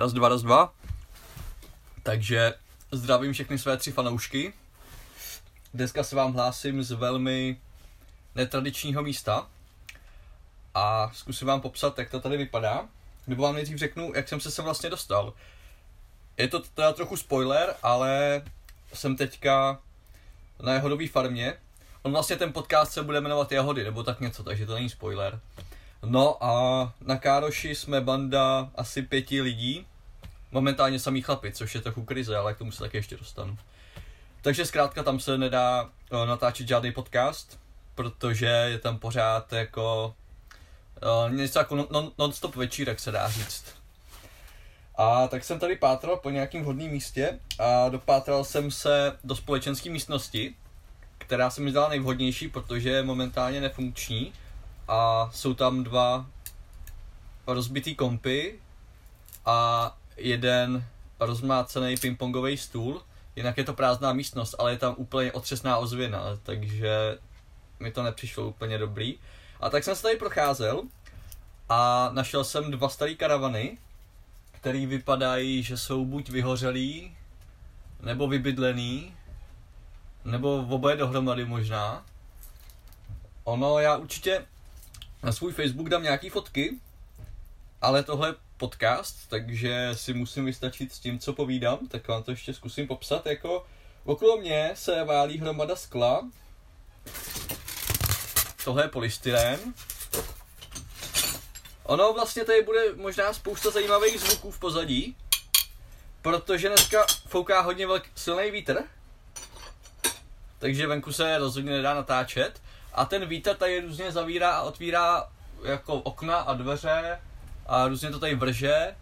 Raz, dva, raz, dva. Takže zdravím všechny své 3 fanoušky. Dneska se vám hlásím z velmi netradičního místa. A zkusím vám popsat, jak to tady vypadá. Nebo vám nejdřív řeknu, jak jsem se sem vlastně dostal. Je to teda trochu spoiler, ale jsem teďka na jahodové farmě. On vlastně ten podcast se bude jmenovat Jahody, nebo tak něco, takže to není spoiler. No a na Károši jsme banda asi 5 lidí. Momentálně samý chlapi, což je trochu krize, ale k tomu se taky ještě dostanu. Takže zkrátka tam se nedá natáčet žádný podcast, protože je tam pořád jako něco jako non-stop večírek, se dá říct. A tak jsem tady pátral po nějakým vhodným místě a dopátral jsem se do společenské místnosti, která se mi zdala nejvhodnější, protože je momentálně nefunkční a jsou tam 2 rozbitý kompy a jeden rozmácený pingpongový stůl. Jinak je to prázdná místnost, ale je tam úplně otřesná ozvěna, takže mi to nepřišlo úplně dobrý. A tak jsem se tady procházel a našel jsem 2 staré karavany, který vypadají, že jsou buď vyhořelý, nebo vybydlený, nebo oboje dohromady možná. Ono, já určitě na svůj Facebook dám nějaký fotky, ale tohle je podcast, takže si musím vystačit s tím, co povídám, tak vám to ještě zkusím popsat. Jako okolo mě se válí hromada skla. Tohle je polystyren. Ono vlastně tady bude možná spousta zajímavých zvuků v pozadí, protože dneska fouká hodně silný vítr, takže venku se rozhodně nedá natáčet a ten vítr tady různě zavírá a otvírá jako okna a dveře a různě to tady vrže.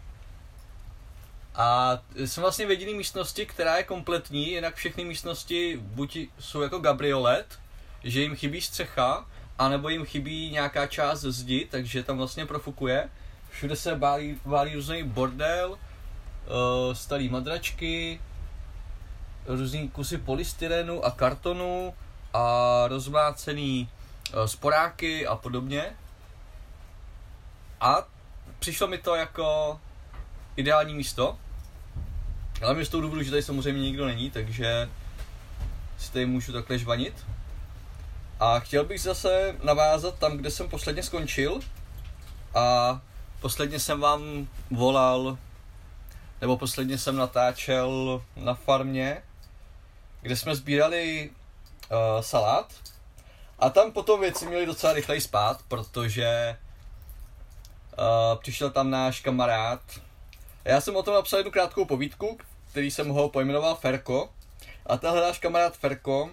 A jsem vlastně v jediné místnosti, která je kompletní, jinak všechny místnosti buď jsou jako gabriolet, že jim chybí střecha, anebo jim chybí nějaká část zdi, takže tam vlastně profukuje. Všude se válí různý bordel, starý madračky, různý kusy polystyrenu a kartonu a rozmlácený sporáky a podobně. A přišlo mi to jako ideální místo. Hlavně z toho důvodu, že tady samozřejmě nikdo není, takže si tady můžu takhle žvanit. A chtěl bych zase navázat tam, kde jsem posledně skončil. A posledně jsem vám volal, nebo posledně jsem natáčel na farmě, kde jsme sbírali salát. A tam potom věci měli docela rychleji spát, protože přišel tam náš kamarád. Já jsem o tom napsal jednu krátkou povídku, který jsem ho pojmenoval Ferko. A tenhle náš kamarád Ferko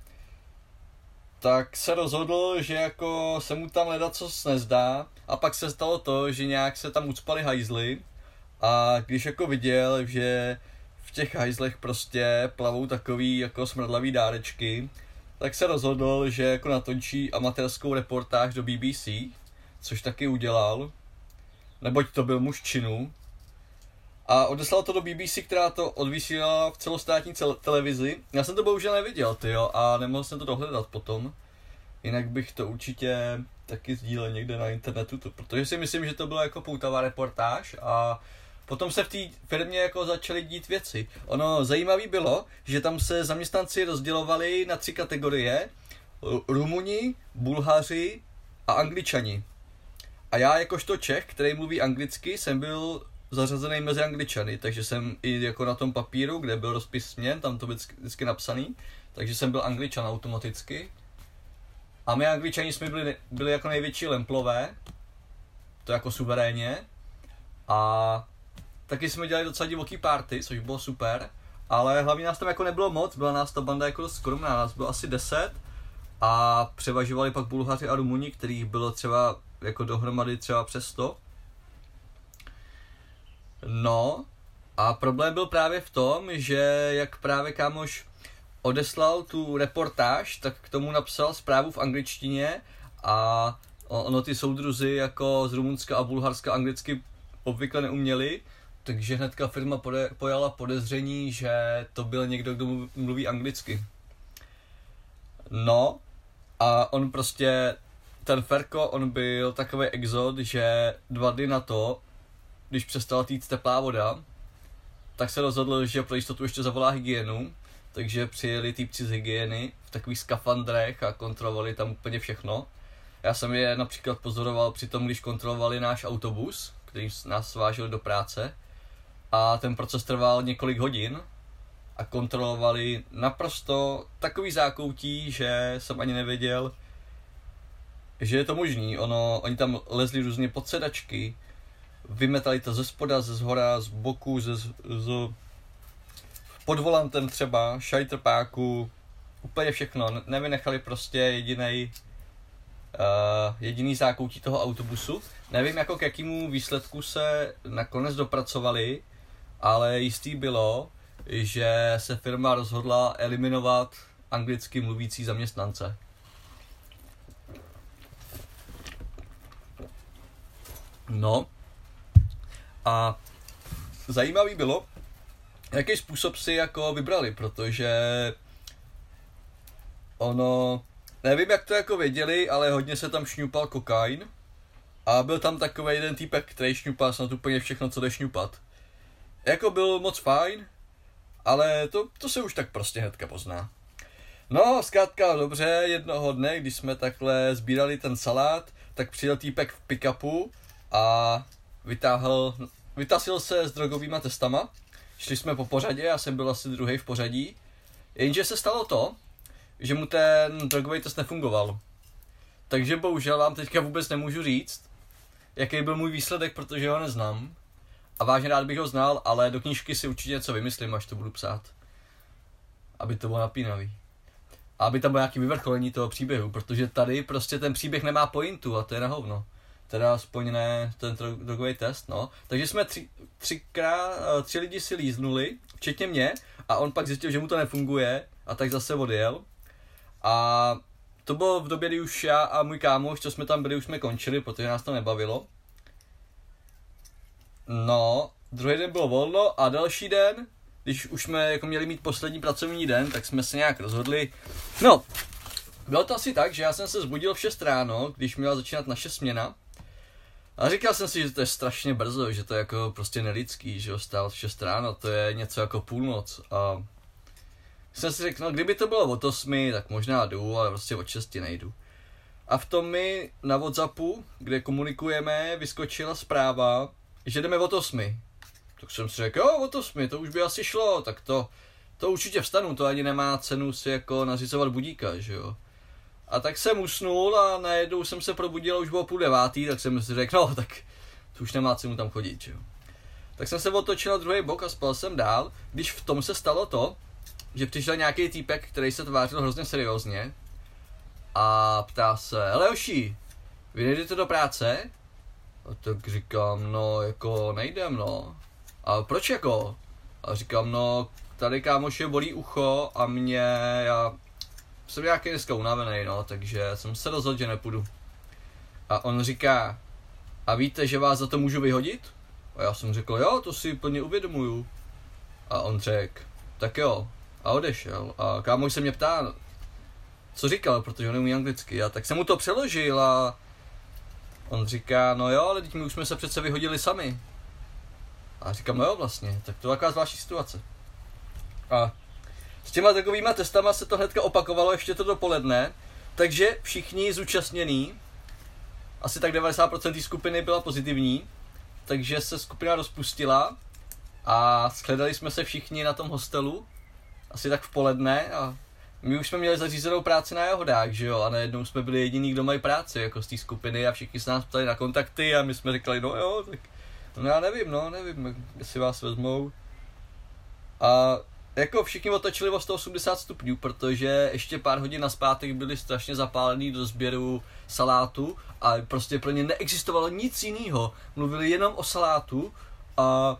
tak se rozhodl, že jako se mu tam ledacos nezdá a pak se stalo to, že nějak se tam ucpali hajzly a když jako viděl, že v těch hajzlech prostě plavou takový jako smradlavý dárečky, tak se rozhodl, že jako natočí amatérskou reportáž do BBC, což taky udělal, neboť to byl muž činu. A odeslal to do BBC, která to odvysílala v celostátní televizi. Já jsem to bohužel neviděl, tyjo, a nemohl jsem to dohledat potom. Jinak bych to určitě taky sdílel někde na internetu, protože si myslím, že to byla jako poutavá reportáž a potom se v té firmě jako začaly dít věci. Ono zajímavé bylo, že tam se zaměstnanci rozdělovali na 3 kategorie. Rumuni, Bulhaři a Angličani. A já jakožto Čech, který mluví anglicky, jsem byl zařazený mezi Angličany, takže jsem i jako na tom papíru, kde byl rozpis směn, tam to vždycky napsaný, takže jsem byl Angličan automaticky. A my Angličani jsme byli jako největší lemplové, to jako suverénně. A taky jsme dělali docela divoký party, což bylo super, ale hlavně nás tam jako nebylo moc, byla nás ta banda jako dost skromná, nás bylo asi 10 a převažovali pak Bulhaři a Rumuni, kterých bylo třeba jako dohromady třeba přes 100. No a problém byl právě v tom, že jak právě kámoš odeslal tu reportáž, tak k tomu napsal zprávu v angličtině a ono ty soudruzi jako z Rumunska a Bulharska anglicky obvykle neuměli, takže hnedka firma pojala podezření, že to byl někdo, kdo mluví anglicky. No a on prostě, ten Ferko, on byl takový exot, že 2 dny na to když přestala týct teplá voda, tak se rozhodl, že pro jistotu ještě zavolá hygienu, takže přijeli týpci z hygieny v takových skafandrech a kontrolovali tam úplně všechno. Já jsem je například pozoroval při tom, když kontrolovali náš autobus, který nás vážil do práce, a ten proces trval několik hodin a kontrolovali naprosto takový zákoutí, že jsem ani nevěděl, že je to možný. Oni tam lezli různě pod sedačky, vymetali to ze spoda, ze zhora, z boku, pod volantem třeba, šajtrpáku, úplně všechno. Nevynechali prostě jediný zákoutí toho autobusu. Nevím, jako k jakému výsledku se nakonec dopracovali, ale jistý bylo, že se firma rozhodla eliminovat anglicky mluvící zaměstnance. No a zajímavý bylo, jaký způsob si jako vybrali, protože nevím, jak to jako věděli, ale hodně se tam šňupal kokain a byl tam takový jeden týpek, který šňupal snad úplně všechno, co jde šňupat. Jako byl moc fajn, ale to se už tak prostě hnedka pozná. No, zkrátka dobře, jednoho dne, když jsme takhle sbírali ten salát, tak přijel týpek v pick-upu a vytasil se s drogovýma testama. Šli jsme po pořadě, já jsem byl asi druhý v pořadí. Jenže se stalo to, že mu ten drogový test nefungoval. Takže bohužel vám teďka vůbec nemůžu říct, jaký byl můj výsledek, protože ho neznám. A vážně rád bych ho znal, ale do knížky si určitě něco vymyslím, až to budu psát. Aby to bylo napínavý. A aby tam bylo nějaký vyvrcholení toho příběhu, protože tady prostě ten příběh nemá pointu a to je na hovno. Teda aspoň ne ten drogový test, no. Takže jsme tři lidi si líznuli, včetně mě, a on pak zjistil, že mu to nefunguje a tak zase odjel. A to bylo v době, kdy už já a můj kámoš, co jsme tam byli, už jsme končili, protože nás to nebavilo. No, druhý den bylo volno a další den, když už jsme jako měli mít poslední pracovní den, tak jsme se nějak rozhodli. No, bylo to asi tak, že já jsem se zbudil v 6 ráno, když měla začínat naše směna. A říkal jsem si, že to je strašně brzo, že to je jako prostě nelidský, že vstát v 6 ráno, to je něco jako půlnoc. A jsem si řekl, no kdyby to bylo od 8, tak možná jdu, ale prostě od 6 nejdu. A v tom mi na WhatsAppu, kde komunikujeme, vyskočila zpráva, že jdeme od 8. Tak jsem si řekl, jo, od 8, to už by asi šlo, tak to určitě vstanu, to ani nemá cenu si jako nařizovat budíka, že jo. A tak jsem usnul a najednou jsem se probudil, už bylo 8:30, tak jsem si řekl, no tak to už nemá cenu tam chodit, že jo. Tak jsem se otočil na druhý bok a spal jsem dál, když v tom se stalo to, že přišel nějaký týpek, který se tvářil hrozně seriózně a ptá se, hele Joši, vy nejdete do práce? A tak říkám, no jako nejdem, no. A proč jako? A říkám, no tady kámoše bolí ucho a já jsem nějaký dneska unavený, no, takže jsem se rozhodl, že nepůjdu. A on říká, a víte, že vás za to můžu vyhodit? A já jsem řekl, jo, to si plně uvědomuju. A on řekl, tak jo. A odešel. A kámoš se mě ptá, co říkal, protože on neumí anglicky. A tak jsem mu to přeložil a on říká, no jo, ale teď my už jsme se přece vyhodili sami. A říkám, no jo vlastně, tak to je taková zvláštní situace. A s těma takovýma testama se to hnedka opakovalo ještě to dopoledne, takže všichni zúčastnění, asi tak 90% té skupiny byla pozitivní, takže se skupina rozpustila a shledali jsme se všichni na tom hostelu, asi tak v poledne a my už jsme měli zařízenou práci na Jahodách, že jo, a najednou jsme byli jediný, kdo mají práci jako z té skupiny a všichni se nás ptali na kontakty a my jsme říkali, no jo, tak no já nevím, jestli vás vezmou. A jako všichni otočili o 180 stupňů, protože ještě pár hodin nazpátek byli strašně zapálení do sběru salátu a prostě pro ně neexistovalo nic jiného. Mluvili jenom o salátu a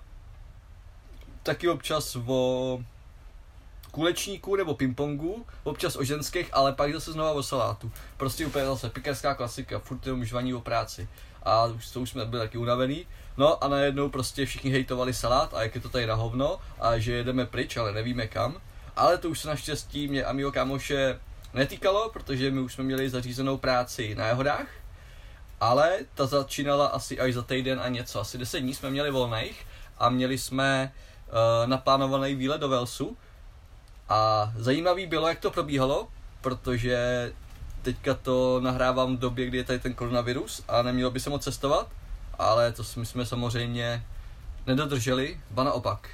taky občas o kulečníku nebo pingpongu, občas o ženských, ale pak zase znova o salátu. Prostě úplně zase pikerská klasika, furt jenom žvaní o práci. A už jsme byli taky unavený. No a najednou prostě všichni hejtovali salát a jak je to tady na hovno a že jedeme pryč, ale nevíme kam. Ale to už se naštěstí mě a mýho kámoše netýkalo, protože my už jsme měli zařízenou práci na Jahodách. ale ta začínala asi až za týden a něco. Asi 10 dní jsme měli volných a měli jsme naplánovaný výlet do Walesu. A zajímavý bylo, jak to probíhalo, protože teďka to nahrávám v době, kdy je tady ten koronavirus a nemělo by se moc cestovat, ale to jsme samozřejmě nedodrželi, ba naopak.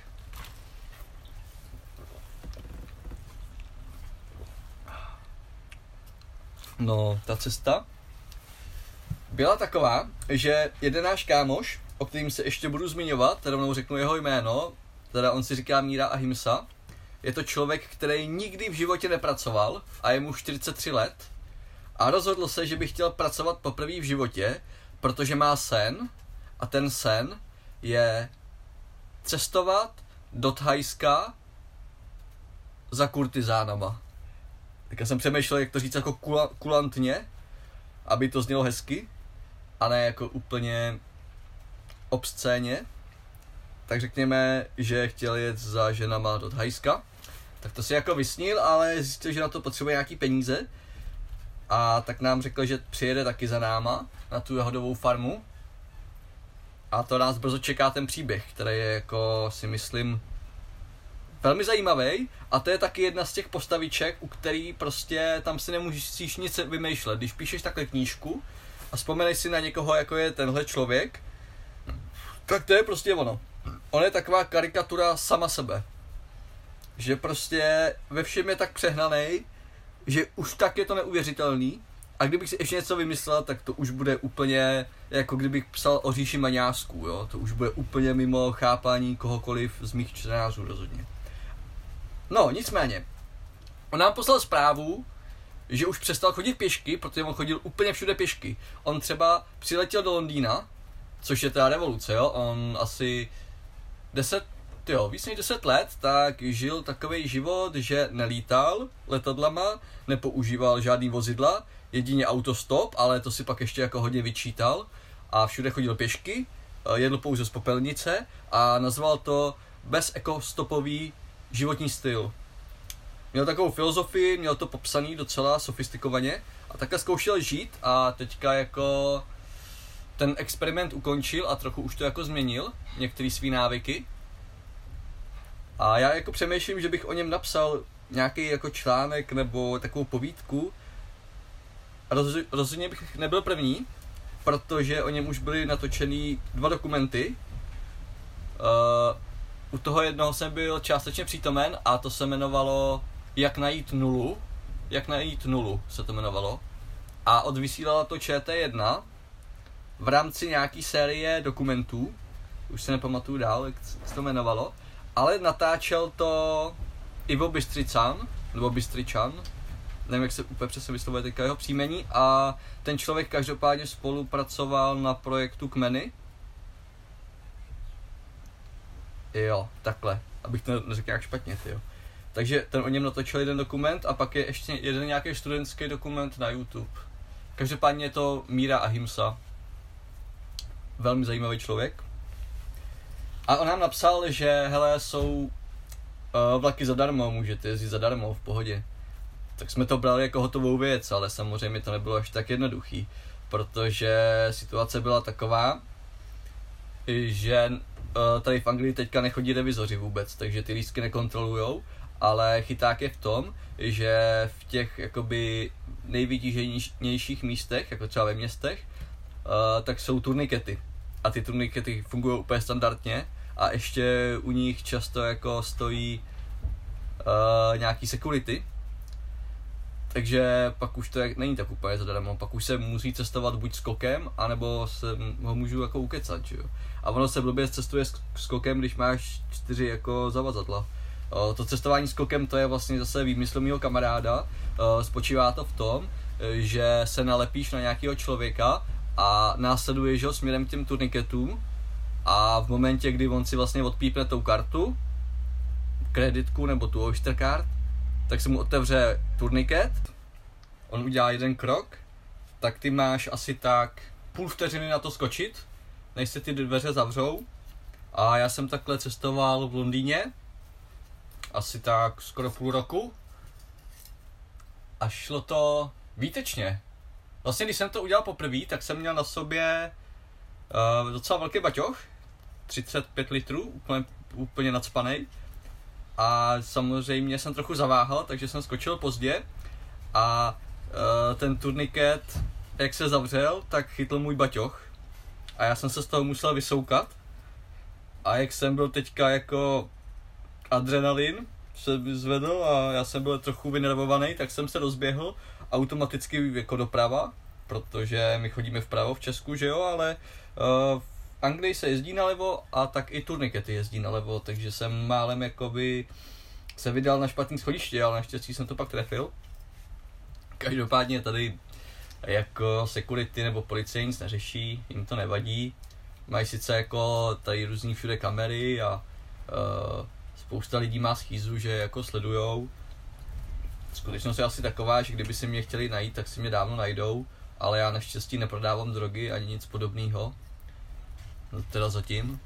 No, ta cesta byla taková, že jeden náš kámoš, o kterým se ještě budu zmiňovat, rovnou řeknu jeho jméno, teda on si říká Míra Ahimsa, je to člověk, který nikdy v životě nepracoval a je mu 43 let a rozhodl se, že by chtěl pracovat poprvé v životě, protože má sen a ten sen je cestovat do Thajska za kurtizánama. Tak já jsem přemýšlel, jak to říct jako kulantně, aby to znělo hezky a ne jako úplně obscéně. Tak řekněme, že chtěl jet za ženama do Thajska. Tak to si jako vysnil, ale zjistil, že na to potřebuje nějaký peníze. A tak nám řekl, že přijede taky za náma na tu jahodovou farmu. A to nás brzo čeká ten příběh, který je jako si myslím velmi zajímavý. A to je taky jedna z těch postaviček, u který prostě tam si nemusíš nic vymýšlet. Když píšeš takhle knížku a vzpomeneš si na někoho, jako je tenhle člověk, tak to je prostě ono. On je taková karikatura sama sebe. Že prostě ve všem je tak přehnaný, že už tak je to neuvěřitelný. A kdybych si ještě něco vymyslel, tak to už bude úplně, jako kdybych psal o říši maňásků, jo. To už bude úplně mimo chápání kohokoliv z mých čtenářů rozhodně. No, nicméně. On nám poslal zprávu, že už přestal chodit pěšky, protože on chodil úplně všude pěšky. On třeba přiletěl do Londýna, což je teda revoluce, jo. On asi víc než 10 let, tak žil takovej život, že nelítal letadlama, nepoužíval žádný vozidla, jedině autostop, ale to si pak ještě jako hodně vyčítal a všude chodil pěšky, jedl pouze z popelnice a nazval to bezekostopový životní styl. Měl takovou filozofii, měl to popsaný docela sofistikovaně a takhle zkoušel žít a teďka jako ten experiment ukončil a trochu už to jako změnil, některé svý návyky. A já jako přemýšlím, že bych o něm napsal nějaký jako článek nebo takovou povídku. Rozhodně bych nebyl první, protože o něm už byly natočený 2 dokumenty. U toho jednoho jsem byl částečně přítomen a to se jmenovalo Jak najít nulu se to jmenovalo. A odvysílala to ČT1 v rámci nějaký série dokumentů. Už se nepamatuju dál, jak se to jmenovalo. Ale natáčel to Ivo Bystřičan, nevím, jak se úplně přesně vyslovuje teďka jeho příjmení, a ten člověk každopádně spolupracoval na projektu Kmeny. Jo, takhle, abych to neřekl nějak špatně, tyjo. Takže ten o něm natočil jeden dokument a pak je ještě jeden nějaký studentský dokument na YouTube. Každopádně je to Míra Ahimsa. Velmi zajímavý člověk. A on nám napsal, že hele, jsou vlaky zadarmo, můžete jezdit zadarmo, v pohodě. Tak jsme to brali jako hotovou věc, ale samozřejmě to nebylo až tak jednoduchý, protože situace byla taková, že tady v Anglii teďka nechodí revizoři vůbec, takže ty lístky nekontrolujou, ale chyták je v tom, že v těch jakoby nejvytíženějších místech, jako třeba ve městech, tak jsou turnikety. A ty turnikety fungují úplně standardně a ještě u nich často jako stojí nějaký security. Takže pak už to není tak úplně zadarmo, pak už se musí cestovat buď skokem, anebo se ho můžu jako ukecat, že jo. A ono se blbě cestuje skokem, když máš 4 jako zavazadla. To cestování skokem, to je vlastně zase výmysl mýho kamaráda. Spočívá to v tom, že se nalepíš na nějakého člověka a následuješ ho směrem k těm turniketům a v momentě, kdy on si vlastně odpípne tou kartu, kreditku nebo tu Oyster card, tak se mu otevře turniket, on udělá jeden krok, tak ty máš asi tak půl vteřiny na to skočit, než se ty dveře zavřou. A já jsem takhle cestoval v Londýně, asi tak skoro půl roku. A šlo to výtečně. Vlastně když jsem to udělal poprvé, tak jsem měl na sobě docela velký baťoch, 35 litrů, úplně nacpanej. A samozřejmě jsem trochu zaváhal, takže jsem skočil pozdě a ten turniket, jak se zavřel, tak chytl můj baťoch a já jsem se z toho musel vysoukat. A jak jsem byl teďka jako adrenalin se zvedl a já jsem byl trochu vynervovaný, tak jsem se rozběhl automaticky jako doprava, protože my chodíme vpravo v Česku, že jo, ale v Anglii se jezdí nalevo a tak i turnikety jezdí nalevo, takže jsem málem jakoby se vydal na špatný schodiště, ale naštěstí jsem to pak trefil. Každopádně tady jako security nebo policie nic neřeší, jim to nevadí. Mají sice jako tady různý všude kamery a spousta lidí má schýzu, že jako sledujou. Skutečnost je asi taková, že kdyby si mě chtěli najít, tak si mě dávno najdou, ale já naštěstí neprodávám drogy ani nic podobného. No, teda zatím.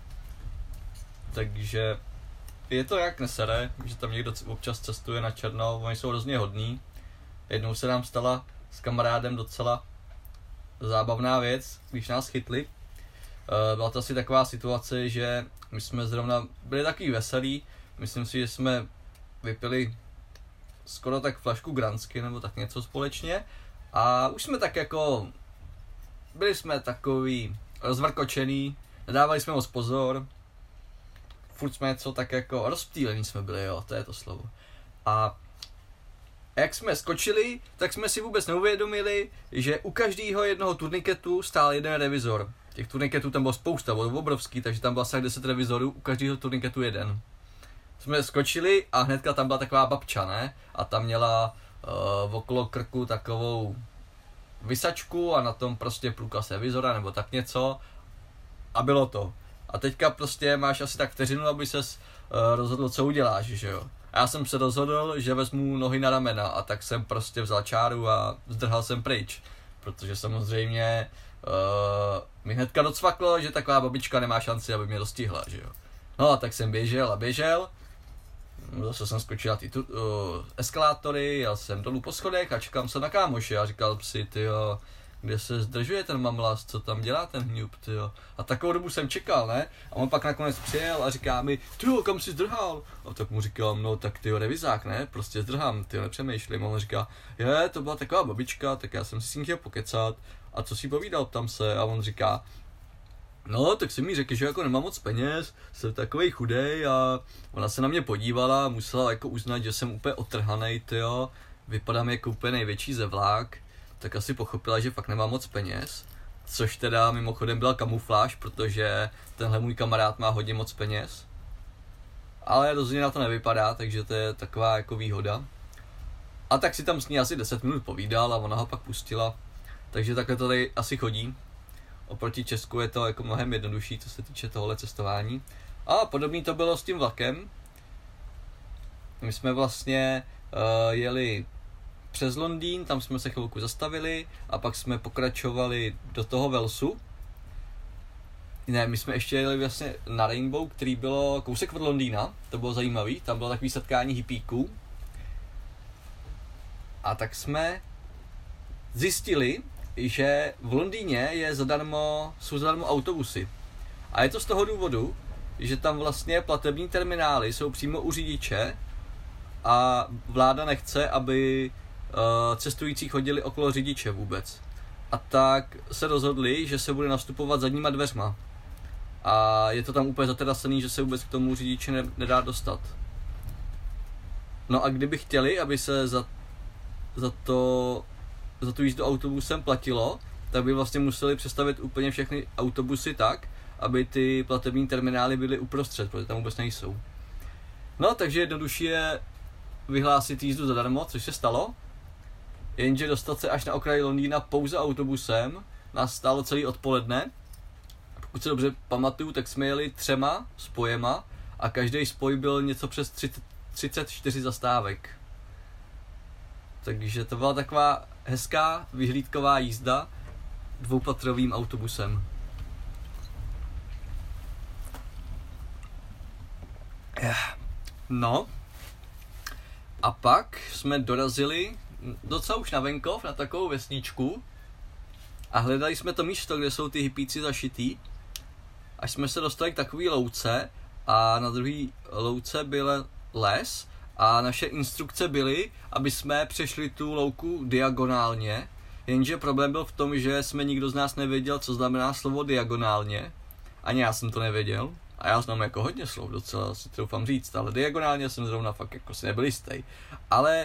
Takže je to jak nesere, že tam někdo občas cestuje na černo, oni jsou hrozně hodní. Jednou se nám stala s kamarádem docela zábavná věc, když nás chytli. Byla to asi taková situace, že my jsme zrovna byli takový veselí, myslím si, že jsme vypili skoro tak flašku Gransky nebo tak něco společně a už jsme tak jako, byli jsme takový rozvrkočený, nedávali jsme moc pozor, furt jsme něco tak jako rozptýlení jsme byli, jo, to je to slovo. A jak jsme skočili, tak jsme si vůbec neuvědomili, že u každého jednoho turniketu stál jeden revizor. Těch turniketů tam bylo spousta, bylo obrovský, takže tam bylo asi 10 revizorů, u každého turniketu jeden. Jsme skočili a hnedka tam byla taková babča, ne? A tam měla okolo krku takovou vysačku a na tom prostě průkaz revizora nebo tak něco. A bylo to. A teďka prostě máš asi tak vteřinu, aby ses rozhodl, co uděláš, že jo? A já jsem se rozhodl, že vezmu nohy na ramena a tak jsem prostě vzal čáru a zdrhal jsem pryč. Protože samozřejmě mi hnedka docvaklo, že taková babička nemá šanci, aby mě dostihla, že jo. No a tak jsem běžel, zase jsem skočil na ty eskalátory, jel jsem dolů po schodech a čekám se na kámoše a říkal si, tyjo, kde se zdržuje ten mamlas, co tam dělá ten hňup, tyjo. A takovou dobu jsem čekal, ne? A on pak nakonec přijel a říká mi, tyjo, kam jsi zdrhal? A tak mu říkám, no tak tyjo, revizák, ne? Prostě zdrhám, tyjo, nepřemýšlím. A on říká, to byla taková babička, tak já jsem si s ní chtěl pokecat. A co si povídal, ptám se. A on říká, no, tak si mi řekl, že jako nemám moc peněz, jsem takovej chudej a ona se na mě podívala a musela jako uznat, že jsem úplně otrhanej, tyjo. Vypadám jako úplně největší zevlák. Tak asi pochopila, že fakt nemá moc peněz, což teda mimochodem byla kamufláž, protože tenhle můj kamarád má hodně moc peněz. Ale rozhodně na to nevypadá, takže to je taková jako výhoda. A tak si tam s ní asi 10 minut povídal a ona ho pak pustila. Takže takhle to tady asi chodí. Oproti Česku je to jako mnohem jednodušší, co se týče tohohle cestování. A podobný to bylo s tím vlakem. My jsme vlastně jeli přes Londýn, tam jsme se chvilku zastavili a pak jsme pokračovali do toho Walesu. Ne, my jsme ještě jeli vlastně na Rainbow, který bylo kousek od Londýna, to bylo zajímavý, tam bylo takový setkání hippíků. A tak jsme zjistili, že v Londýně jsou zadarmo autobusy. A je to z toho důvodu, že tam vlastně platební terminály jsou přímo u řidiče a vláda nechce, aby cestující chodili okolo řidiče vůbec. A tak se rozhodli, že se bude nastupovat zadníma dveřma. A je to tam úplně zaterasený, že se vůbec k tomu řidiči nedá dostat. No a kdyby chtěli, aby se za tu jízdu autobusem platilo, tak by vlastně museli přestavit úplně všechny autobusy tak, aby ty platební terminály byly uprostřed, protože tam vůbec nejsou. No, takže jednodušší je vyhlásit jízdu zadarmo, což se stalo. Jenže dostat se až na okraj Londýna pouze autobusem nás stálo celý odpoledne. Pokud se dobře pamatuju, tak jsme jeli 3 spojema a každý spoj byl něco přes 34 zastávek. Takže to byla taková hezká vyhlídková jízda 2patrovým autobusem. No a pak jsme dorazili docela už na venkov, na takovou vesničku, a hledali jsme to místo, kde jsou ty hippíci zašitý, až jsme se dostali k takový louce a na druhý louce byl les a naše instrukce byly, aby jsme přešli tu louku diagonálně, jenže problém byl v tom, že jsme nikdo z nás nevěděl, co znamená slovo diagonálně, ani já jsem to nevěděl. A já znám jako hodně slov, docela si troufám říct, ale diagonálně jsem zrovna fakt jako si nebyl jistý. Ale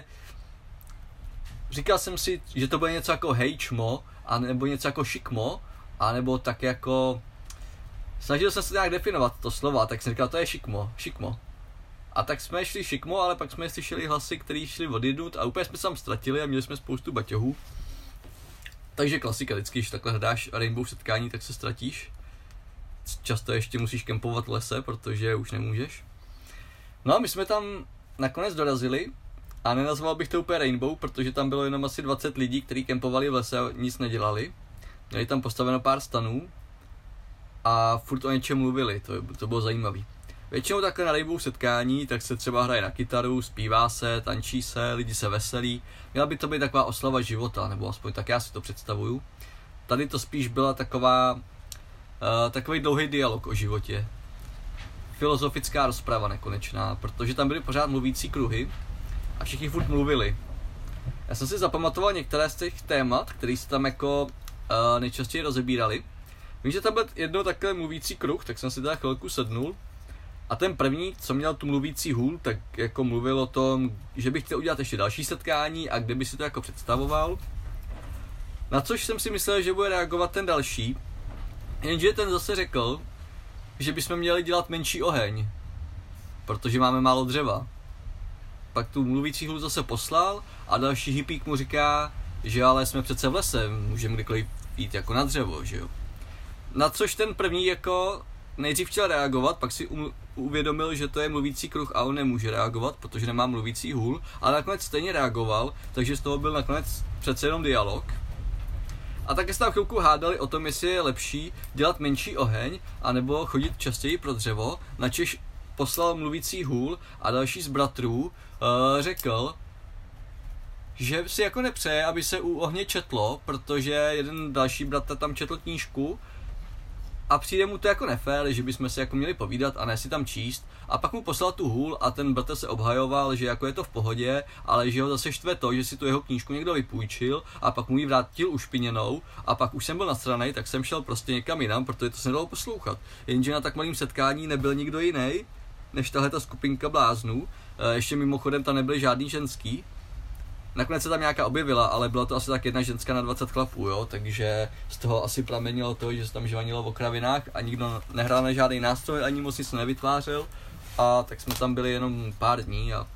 říkal jsem si, že to bude něco jako hejčmo, nebo něco jako šikmo, anebo tak jako... Snažil jsem se nějak definovat to slovo, tak jsem říkal, to je šikmo. A tak jsme šli šikmo, ale pak jsme slyšeli hlasy, které šly odjednut a úplně jsme se tam ztratili a měli jsme spoustu baťohů. Takže klasika, vždycky, když takhle hledáš rainbow setkání, tak se ztratíš. Často ještě musíš kempovat v lese, protože už nemůžeš. No a my jsme tam nakonec dorazili a nenazval bych to úplně rainbow, protože tam bylo jenom asi 20 lidí, kteří kempovali v lese a nic nedělali. Měli tam postaveno pár stanů a furt o něčem mluvili, to bylo zajímavé. Většinou takhle na rainbow setkání, tak se třeba hraje na kytaru, zpívá se, tančí se, lidi se veselí. Měla by to být taková oslava života, nebo aspoň tak já si to představuju. Tady to spíš byla takový dlouhý dialog o životě. Filozofická rozprava nekonečná, protože tam byly pořád mluvící kruhy a všichni furt mluvili. Já jsem si zapamatoval některé z těch témat, které se tam jako nejčastěji rozebírali. Vím, že tam byl jednou takhle mluvící kruh, tak jsem si teda chvilku sednul. A ten první, co měl tu mluvící hůl, tak jako mluvil o tom, že bych chtěl udělat ještě další setkání a kde by si to jako představoval. Na což jsem si myslel, že bude reagovat ten další. Jenže ten zase řekl, že bychom měli dělat menší oheň, protože máme málo dřeva. Pak tu mluvící hůl zase poslal a další hippík mu říká, že ale jsme přece v lese, můžeme kdykoliv jít jako na dřevo, že jo. Na což ten první jako nejdřív chtěl reagovat, pak si uvědomil, že to je mluvící kruh a on nemůže reagovat, protože nemá mluvící hůl, ale nakonec stejně reagoval, takže z toho byl nakonec přece jenom dialog. A také se tam chvilku hádali o tom, jestli je lepší dělat menší oheň, anebo chodit častěji pro dřevo, načež poslal mluvící hůl a další z bratrů řekl, že si jako nepřeje, aby se u ohně četlo, protože jeden další bratr tam četl knížku a přijde mu to jako nefér, že bychom se jako měli povídat a ne si tam číst. A pak mu poslal tu hůl a ten bratr se obhajoval, že jako je to v pohodě, ale že ho zase štve to, že si tu jeho knížku někdo vypůjčil a pak mu ji vrátil ušpiněnou a pak už jsem byl nasranej, tak jsem šel prostě někam jinam, protože to se nedalo poslouchat. Jenže na tak malém setkání nebyl nikdo jiný než tahleta skupinka bláznů. Ještě mimochodem tam nebyly žádný ženský. Nakonec se tam nějaká objevila, ale byla to asi tak jedna ženská na 20 chlapů, jo, takže z toho asi plamenilo to, že se tam žvanilo v okravinách a nikdo nehrál na žádný nástroj, ani moc nic nevytvářel a tak jsme tam byli jenom pár dní a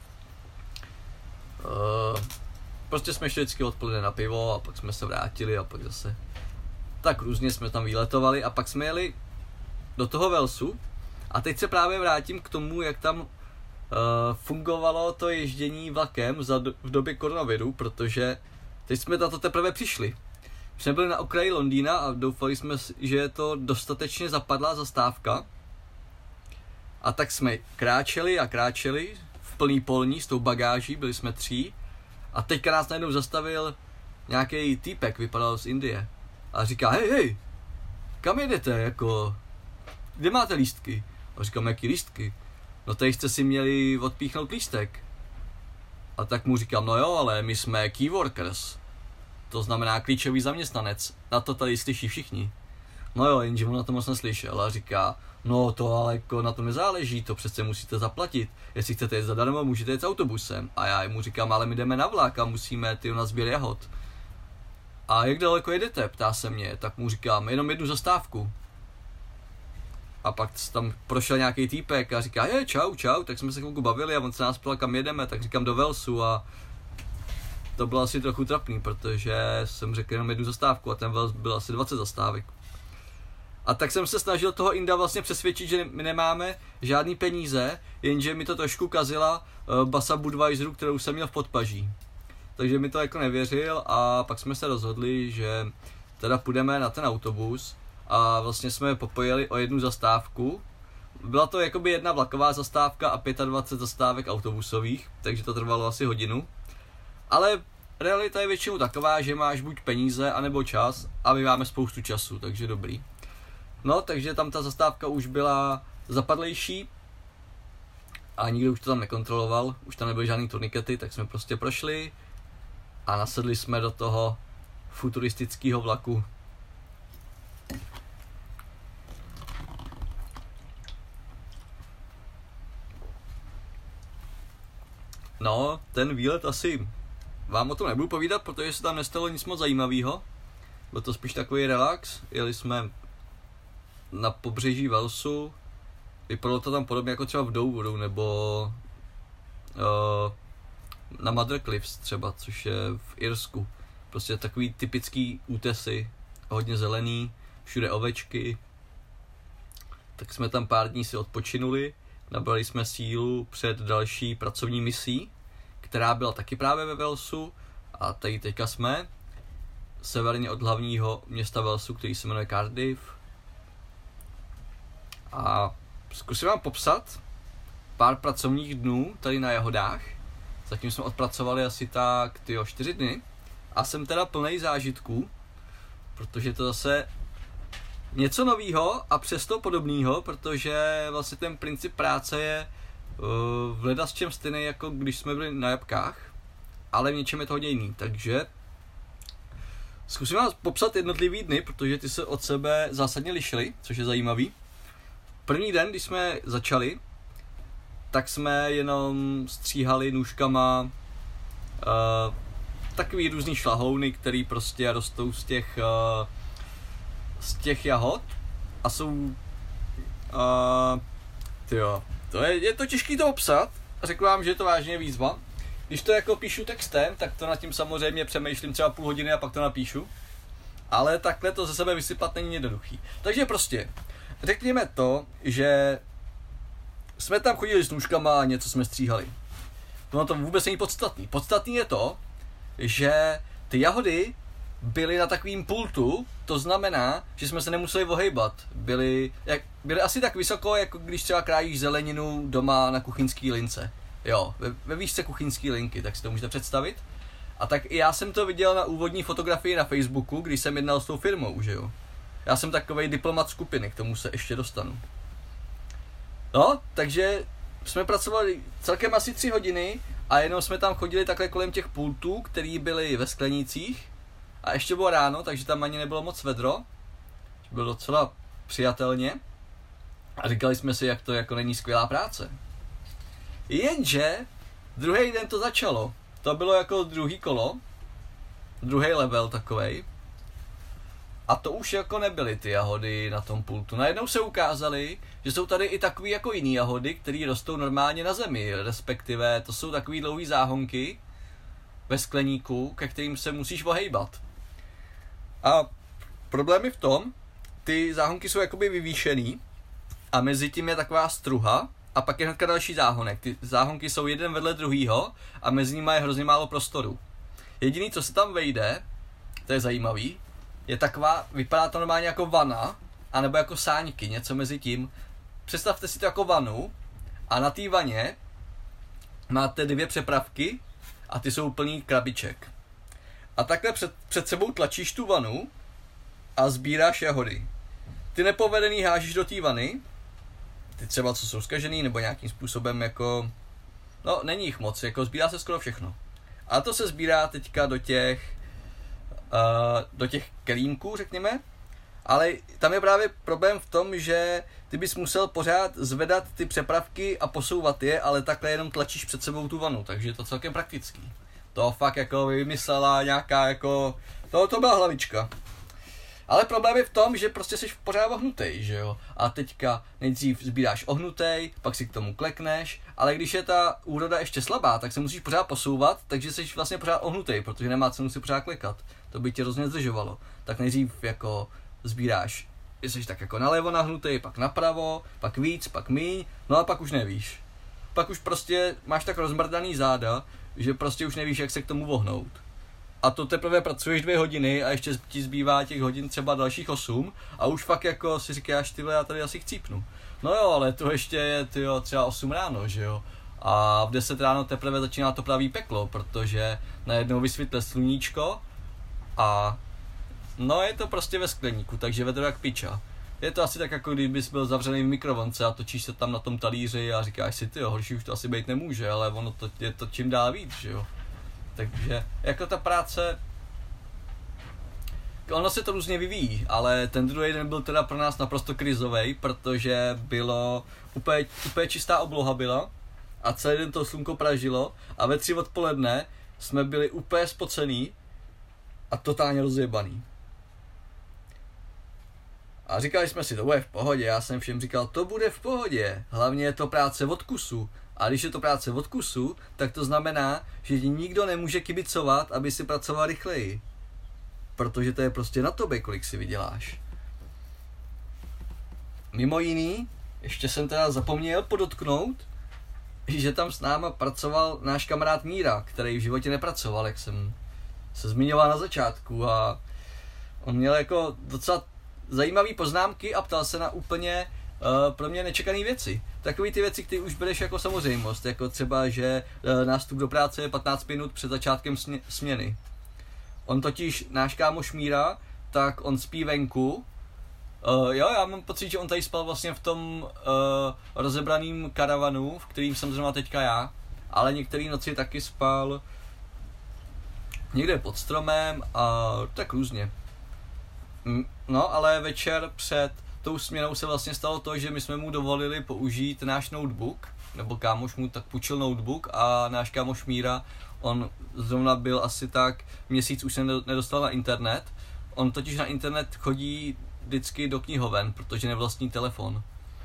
prostě jsme šli vždycky odpoledne na pivo a pak jsme se vrátili a pak zase tak různě jsme tam výletovali a pak jsme jeli do toho Walesu a teď se právě vrátím k tomu, jak tam fungovalo to ježdění vlakem v době koronaviru, protože teď jsme na to teprve přišli. Jsme byli na okraji Londýna a doufali jsme, že je to dostatečně zapadlá zastávka. A tak jsme kráčeli a kráčeli v plný polní s tou bagáží, byli jsme 3. A teďka nás najednou zastavil nějaký týpek, vypadal z Indie. A říká, hej, kam jedete, jako, kde máte lístky? A říkám, jaký lístky? No tady jste si měli odpíchnout lístek. A tak mu říkám, no jo, ale my jsme key workers. To znamená klíčový zaměstnanec. Na to tady slyší všichni. No jo, jenže on na to moc neslyšel a říká, no to ale jako na to nezáleží, to přece musíte zaplatit. Jestli chcete jet zadarmo, můžete jet s autobusem. A já mu říkám, ale my jdeme na vlak a musíme na sběr jahod. A jak daleko jedete, ptá se mě, tak mu říkám, jenom jednu zastávku. A pak tam prošel nějaký týpek a říká, čau, tak jsme se chvilku bavili a on se nás ptal, kam jedeme, tak říkám do Walesu a to bylo asi trochu trapný, protože jsem řekl jenom jednu zastávku a ten Wales byl asi 20 zastávek. A tak jsem se snažil toho Inda vlastně přesvědčit, že my nemáme žádný peníze, jenže mi to trošku kazila basa Budweiseru, kterou jsem měl v podpaží. Takže mi to jako nevěřil a pak jsme se rozhodli, že teda půjdeme na ten autobus. A vlastně jsme popojili o jednu zastávku. Byla to jakoby jedna vlaková zastávka a 25 zastávek autobusových, takže to trvalo asi hodinu. Ale realita je většinou taková, že máš buď peníze, anebo čas a my máme spoustu času, takže dobrý. No, takže tam ta zastávka už byla zapadlejší a nikdo už to tam nekontroloval, už tam nebyly žádný turnikety, tak jsme prostě prošli a nasedli jsme do toho futuristického vlaku. No, ten výlet asi vám o tom nebudu povídat, protože se tam nestalo nic moc zajímavého. Byl to spíš takový relax, jeli jsme na pobřeží Walesu, vypadalo to tam podobně jako třeba v Doveru, nebo na Mother Cliffs třeba, což je v Irsku. Prostě takový typický útesy, hodně zelený, všude ovečky. Tak jsme tam pár dní si odpočinuli, nabrali jsme sílu před další pracovní misí, která byla taky právě ve Walesu a tady teďka jsme severně od hlavního města Walesu, který se jmenuje Cardiff. A zkusím vám popsat pár pracovních dnů tady na Jahodách. Zatím jsme odpracovali asi tak 4 dny a jsem teda plnej zážitků, protože to zase něco novýho a přesto podobného, protože vlastně ten princip práce je v ledasčem stejný, jako když jsme byli na Jabkách, ale v něčem je to hodně jiný, takže zkusím vás popsat jednotlivý dny, protože ty se od sebe zásadně lišily, což je zajímavý. První den, když jsme začali, tak jsme jenom stříhali nůžkama takový různý šlahouny, který prostě rostou z těch jahod a jsou je to těžký to obsat, řekl vám, že je to vážně výzva. Když to jako píšu textem, tak to nad tím samozřejmě přemýšlím třeba půl hodiny a pak to napíšu, ale takhle to ze sebe vysypat není jednoduchý. Takže prostě řekněme to, že jsme tam chodili s nůžkama a něco jsme stříhali. No to vůbec není podstatný. Podstatný je to, že ty jahody byly na takovým pultu, to znamená, že jsme se nemuseli ohejbat. Byly asi tak vysoko, jako když třeba krájíš zeleninu doma na kuchyňský lince. Jo, ve výšce kuchyňský linky, tak si to můžete představit. A tak i já jsem to viděl na úvodní fotografii na Facebooku, když jsem jednal s tou firmou, že jo. Já jsem takovej diplomat skupiny, k tomu se ještě dostanu. No, takže jsme pracovali celkem asi 3 hodiny a jenom jsme tam chodili takhle kolem těch pultů, který byly ve sklenících. A ještě bylo ráno, takže tam ani nebylo moc vedro. Bylo docela přijatelně. A říkali jsme si, jak to jako není skvělá práce. Jenže druhý den to začalo. To bylo jako druhý kolo. Druhý level takovej. A to už jako nebyly ty jahody na tom pultu. Najednou se ukázaly, že jsou tady i takový jako jiný jahody, které rostou normálně na zemi. Respektive to jsou takový dlouhý záhonky ve skleníku, ke kterým se musíš ohejbat. A problém je v tom, ty záhonky jsou jakoby vyvýšený a mezi tím je taková struha a pak je hnedka další záhonek. Ty záhonky jsou jeden vedle druhýho a mezi nimi je hrozně málo prostoru. Jediný, co se tam vejde, to je zajímavý, je taková, vypadá to normálně jako vana, anebo jako sáňky, něco mezi tím. Představte si to jako vanu a na té vaně máte 2 přepravky a ty jsou plný krabiček. A takhle před sebou tlačíš tu vanu a sbíráš jahody. Ty nepovedený hážíš do té vany, ty třeba co jsou zkažený nebo nějakým způsobem jako, no není jich moc, jako sbírá se skoro všechno. A to se sbírá teďka do těch kelímků, řekněme, ale tam je právě problém v tom, že ty bys musel pořád zvedat ty přepravky a posouvat je, ale takhle jenom tlačíš před sebou tu vanu, takže je to celkem praktický. To fakt jako vymyslela nějaká jako, to byla hlavička. Ale problém je v tom, že prostě jsi pořád ohnutej, že jo. A teďka nejdřív sbíráš ohnutej, pak si k tomu klekneš, ale když je ta úroda ještě slabá, tak se musíš pořád posouvat, takže jsi vlastně pořád ohnutej, protože nemá cenu si pořád klekat. To by tě hrozně zdržovalo. Tak nejdřív jako sbíráš, jsi tak jako nalevo nahnutej, pak napravo, pak víc, pak míň, no a pak už nevíš. Pak už prostě máš tak rozmrdaný záda, že prostě už nevíš, jak se k tomu vohnout. A to teprve pracuješ 2 hodiny a ještě ti zbývá těch hodin třeba dalších 8 a už fakt jako si říkáš, tyhle, já tady asi chcípnu. No jo, ale to ještě je třeba 8 ráno, že jo. A v 10 ráno teprve začíná to pravý peklo, protože najednou vysvětle sluníčko a no je to prostě ve skleníku, takže vedro jak piča. Je to asi tak, jako kdybys byl zavřený v mikrovlnce a točíš se tam na tom talíři a říkáš si, tyjo, horší už to asi být nemůže, ale ono to je to čím dál víc, že jo. Takže jako ta práce, ono se to různě vyvíjí, ale ten druhý den byl teda pro nás naprosto krizový, protože bylo úplně čistá obloha byla a celý den to slunko pražilo a ve 3 odpoledne jsme byli úplně spocený a totálně rozjebaný. A říkali jsme si, to bude v pohodě, já jsem všem říkal, to bude v pohodě, hlavně je to práce od kusu. A když je to práce od kusu, tak to znamená, že ti nikdo nemůže kibicovat, aby si pracoval rychleji. Protože to je prostě na tobě, kolik si vyděláš. Mimo jiný, ještě jsem teda zapomněl podotknout, že tam s náma pracoval náš kamarád Míra, který v životě nepracoval, jak jsem se zmiňoval na začátku. A on měl jako docela zajímavé poznámky a ptal se na úplně pro mě nečekané věci. Takové ty věci, které už bereš jako samozřejmost, jako třeba, že nástup do práce je 15 minut před začátkem směny. On totiž, náš kámoš Míra, tak on spí venku. Jo, já mám pocit, že on tady spal vlastně v tom rozebraném karavanu, v kterým jsem zrovna teďka já, ale některé noci taky spal někde pod stromem a tak různě. No, ale večer před tou směnou se vlastně stalo to, že my jsme mu dovolili použít náš notebook, nebo kámoš mu tak půjčil notebook a náš kámoš Míra, on zrovna byl asi tak měsíc už se nedostal na internet. On totiž na internet chodí vždycky do knihoven, protože nevlastní telefon.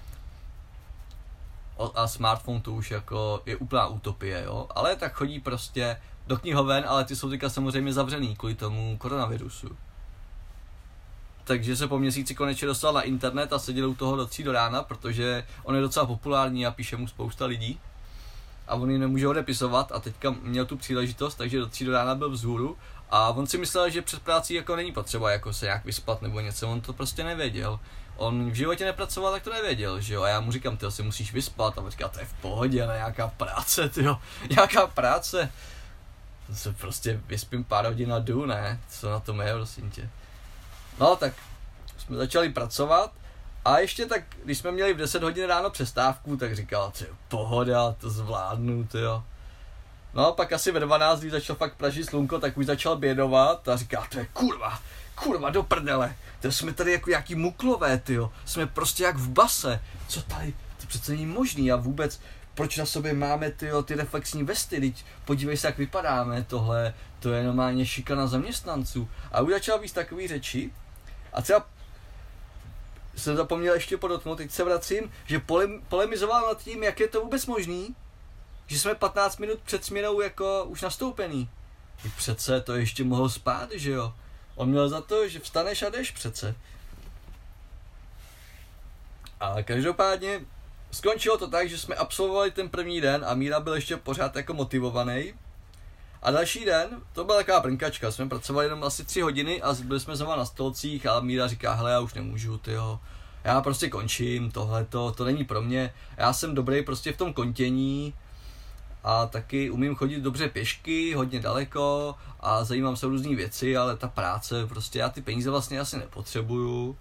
A smartphone to už jako je úplná utopie, jo. Ale tak chodí prostě do knihoven, ale ty jsou teďka samozřejmě zavřený kvůli tomu koronavirusu. Takže se po měsíci konečně dostal na internet a seděl u toho do 3 do rána, protože on je docela populární a píše mu spousta lidí. A on ji nemůže odepisovat a teďka měl tu příležitost, takže do 3 do rána byl vzhůru. A on si myslel, že před prací jako není potřeba jako se nějak vyspat nebo něco, on to prostě nevěděl. On v životě nepracoval, tak to nevěděl, že jo. A já mu říkám, ty si musíš vyspat a on říká, to je v pohodě, ale nějaká práce, tyjo, nějaká práce. To se prostě vyspím pár hodin a jdu, ne, co na tom je, prosím tě. No tak jsme začali pracovat a ještě tak, když jsme měli v 10 hodin ráno přestávku, tak říkal, ty pohoda, to zvládnu, tyjo. No pak asi ve 12, když začal fakt pražit slunko, tak už začal bědovat a říká, to je kurva do prdele, to jsme tady jako jaký muklové, tyjo, jsme prostě jak v base, co tady, to přece není možný a vůbec, proč na sobě máme ty reflexní vesty, teď podívej se, jak vypadáme, tohle, to je normálně šikana zaměstnanců. A už začal víc takový řeči a třeba jsem zapomněl ještě podotknout, teď se vracím, že polemizoval nad tím, jak je to vůbec možný, že jsme 15 minut před směnou jako už nastoupený. I přece to ještě mohl spát, že jo? On měl za to, že vstaneš a jdeš přece. Ale každopádně skončilo to tak, že jsme absolvovali ten první den a Míra byl ještě pořád jako motivovaný. A další den, to byla taková brnkačka, jsme pracovali jenom asi 3 hodiny a byli jsme znovu na stolcích a Míra říká, hele, já už nemůžu, tyjo. Já prostě končím, to není pro mě. Já jsem dobrý prostě v tom kontění a taky umím chodit dobře pěšky, hodně daleko a zajímám se o různý věci, ale ta práce, prostě já ty peníze vlastně asi nepotřebuju.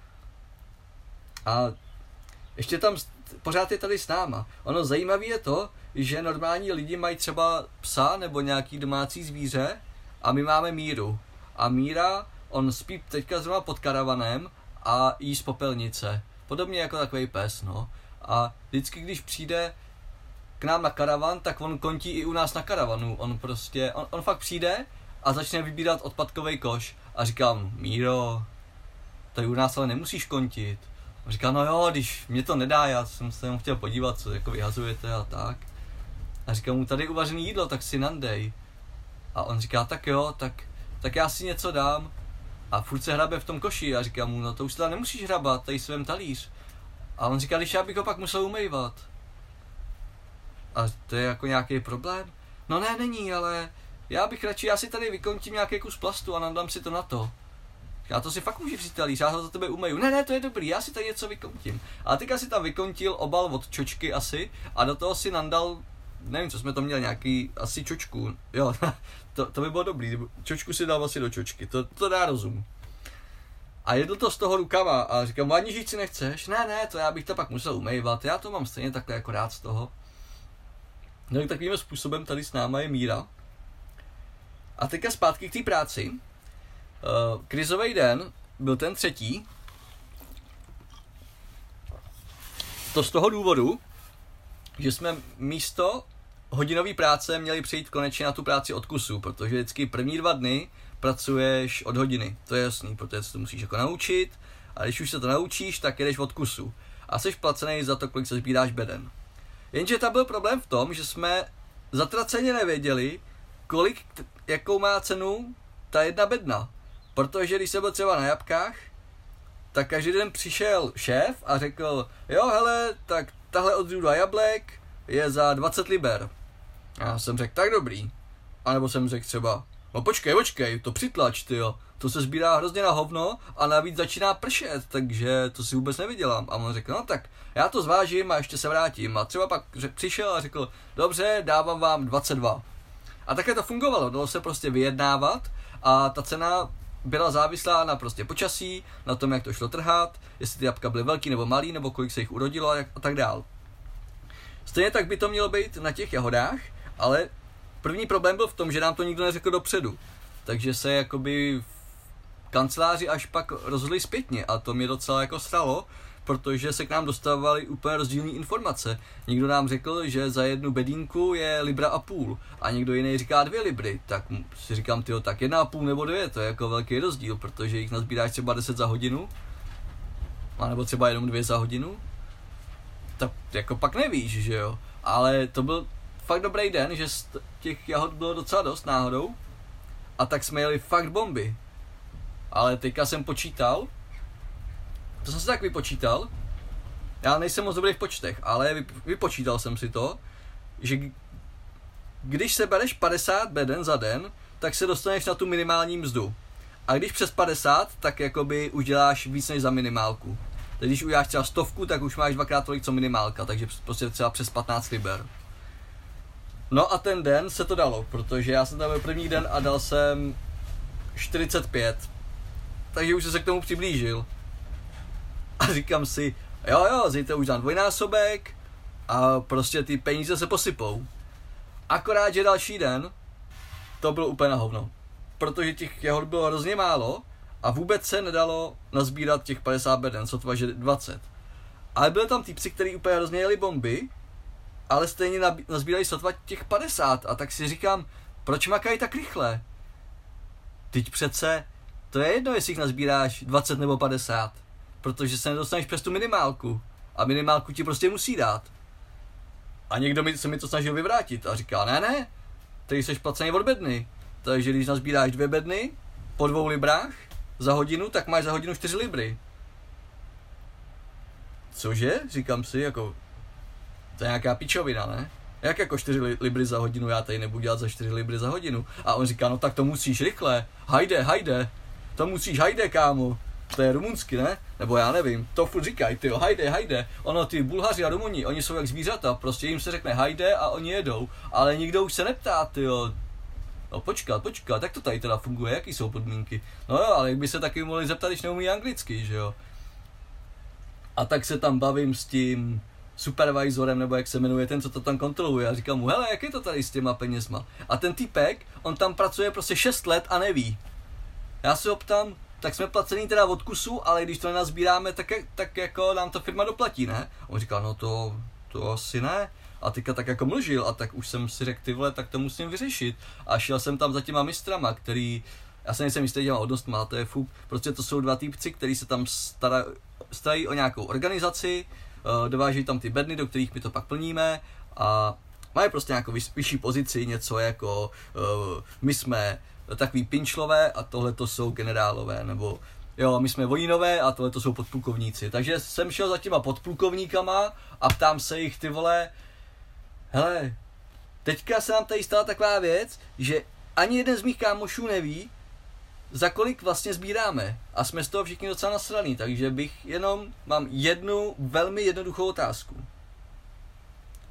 A ještě tam pořád je tady s náma. Ono zajímavé je to, že normální lidi mají třeba psa nebo nějaký domácí zvíře a my máme Míru. A Míra, on spí teďka zrovna pod karavanem a jí z popelnice. Podobně jako takový pes, no. A vždycky, když přijde k nám na karavan, tak on kontí i u nás na karavanu. On fakt přijde a začne vybírat odpadkový koš. A říkám, Míro, tady u nás ale nemusíš kontit. On říká, no jo, když mě to nedá, já jsem se jenom chtěl podívat, co jako vyhazujete a tak. A říkám mu, tady je uvařený jídlo, tak si nandej. A on říká, tak jo, tak já si něco dám. A furt se hrabe v tom koši a říkám mu, no to už teda nemusíš hrabat, tady svém talíř. A on říká, když já bych ho pak musel umývat. A to je jako nějaký problém? No ne, není, ale já si tady vykontím nějaký kus plastu a nadám si to na to. Já to si fakt můžu vzít talíř, já ho za tebe umeju. Ne, to je dobrý, já si tady něco vykontím. A teďka si tam vykontil obal od čočky asi a do toho si nandal nevím, co jsme to měli, nějaký, asi čočku, jo, to by bylo dobrý, čočku si dal vlastně do čočky, to dá rozum. A jedl to z toho rukama a říkám, ani žít si nechceš? Ne, to já bych to pak musel umývat, já to mám stejně takhle jako rád z toho. No tak takovým způsobem tady s náma je Míra. A teďka zpátky k té práci. Krizový den byl ten 3. To z toho důvodu, že jsme místo hodinové práce měli přejít konečně na tu práci od kusu, protože vždycky první 2 dny pracuješ od hodiny, to je jasný, protože se to musíš jako naučit a když už se to naučíš, tak jedeš od kusu a jsi placený za to, kolik se sbíráš beden. Jenže tam byl problém v tom, že jsme zatraceně nevěděli, jakou má cenu ta jedna bedna, protože když se byl třeba na Jabkách, tak každý den přišel šéf a řekl, jo hele, tak tahle odrůda jablek je za 20 liber. A já jsem řekl, tak dobrý. A nebo jsem řekl třeba, no počkej, to přitlač, tyjo. To se sbírá hrozně na hovno a navíc začíná pršet, takže to si vůbec nevydělám. A on řekl, no tak já to zvážím a ještě se vrátím. A třeba pak přišel a řekl, dobře, dávám vám 22. A také to fungovalo, dalo se prostě vyjednávat a ta cena byla závislá na prostě počasí, na tom, jak to šlo trhat, jestli ty jabka byly velký nebo malý, nebo kolik se jich urodilo a tak dál. Stejně tak by to mělo být na těch jahodách, ale první problém byl v tom, že nám to nikdo neřekl dopředu. Takže se jakoby v kanceláři až pak rozhodli zpětně a to mě docela jako sralo, protože se k nám dostávaly úplně rozdílné informace. Někdo nám řekl, že za jednu bedínku je 1,5 libra a někdo jiný říká 2 libry, tak si říkám, tyjo, tak 1,5 nebo 2, to je jako velký rozdíl, protože jich nazbíráš třeba 10 za hodinu, a nebo třeba jenom 2 za hodinu, tak jako pak nevíš, že jo. Ale to byl fakt dobrý den, že těch jahod bylo docela dost náhodou a tak jsme jeli fakt bomby. Ale teďka jsem počítal, to jsem si tak vypočítal, já nejsem moc dobrý v počtech, ale vypočítal jsem si to, že když se bereš 50 beden za den, tak se dostaneš na tu minimální mzdu. A když přes 50, tak jakoby už děláš víc než za minimálku. Teď když uděláš třeba 100, tak už máš 2x tolik co minimálka, takže prostě třeba přes 15 liber. No a ten den se to dalo, protože já jsem tam byl první den a dal jsem 45. Takže už jsem se k tomu přiblížil. A říkám si, jo, zítra už dám dvojnásobek a prostě ty peníze se posypou. Akorát, že další den to bylo úplně na hovno. Protože těch jahod bylo hrozně málo a vůbec se nedalo nazbírat těch 50 beden, sotva že 20. Ale byly tam týpci, kteří úplně hrozně jeli bomby, ale stejně nazbírali sotva těch 50 a tak si říkám, proč makají tak rychle? Teď přece, to je jedno, jestli jich nazbíráš 20 nebo 50, protože se nedostaneš přes tu minimálku a minimálku ti prostě musí dát. A někdo se mi to snažil vyvrátit a říká, ne, ty jsi placený od bedny, takže když nazbíráš 2 bedny po 2 librách za hodinu, tak máš za hodinu 4 libry. Cože? Říkám si, jako, to je nějaká pičovina, ne? Jak jako 4 libry za hodinu, já tady nebudu dělat za 4 libry za hodinu. A on říká, no tak to musíš rychle, hajde, to musíš, hajde, kámo. To je rumunsky, ne? Nebo já nevím, to furt říkají, tyjo, hajde. Ono, ty Bulhaři a Rumuni, oni jsou jak zvířata, prostě jim se řekne hajde a oni jedou. Ale nikdo už se neptá, tyjo. No počkat, jak to tady teda funguje, jaký jsou podmínky? No jo, ale jak by se taky mohli zeptat, když neumí anglicky, že jo? A tak se tam bavím s tím supervisorem, nebo jak se jmenuje ten, co to tam kontroluje. A říkám mu, hele, jak je to tady s těma penězma? A ten týpek, on tam pracuje prostě 6 let a neví. Já se ho ptám, tak jsme placený teda od kusu, ale když to nenazbíráme, tak jako nám to firma doplatí, ne? On říkal, no to asi ne. A teďka tak jako mlžil a tak už jsem si řekl, ty vole, tak to musím vyřešit. A šel jsem tam za těma mistrama, který, já se nejsem jistý těma hodnostma, to je fuk. Prostě to jsou 2 týpci, který se tam starají o nějakou organizaci, dovážejí tam ty bedny, do kterých my to pak plníme a mají prostě nějakou vyšší pozici, něco jako my jsme takový pinčlové a tohle to jsou generálové, nebo jo, my jsme vojínové a tohle to jsou podplukovníci. Takže jsem šel za těma podplukovníkama a ptám se jich, ty vole, hele, teďka se nám tady stala taková věc, že ani jeden z mých kámošů neví, za kolik vlastně sbíráme. A jsme z toho všichni docela nasraný, takže mám jednu velmi jednoduchou otázku.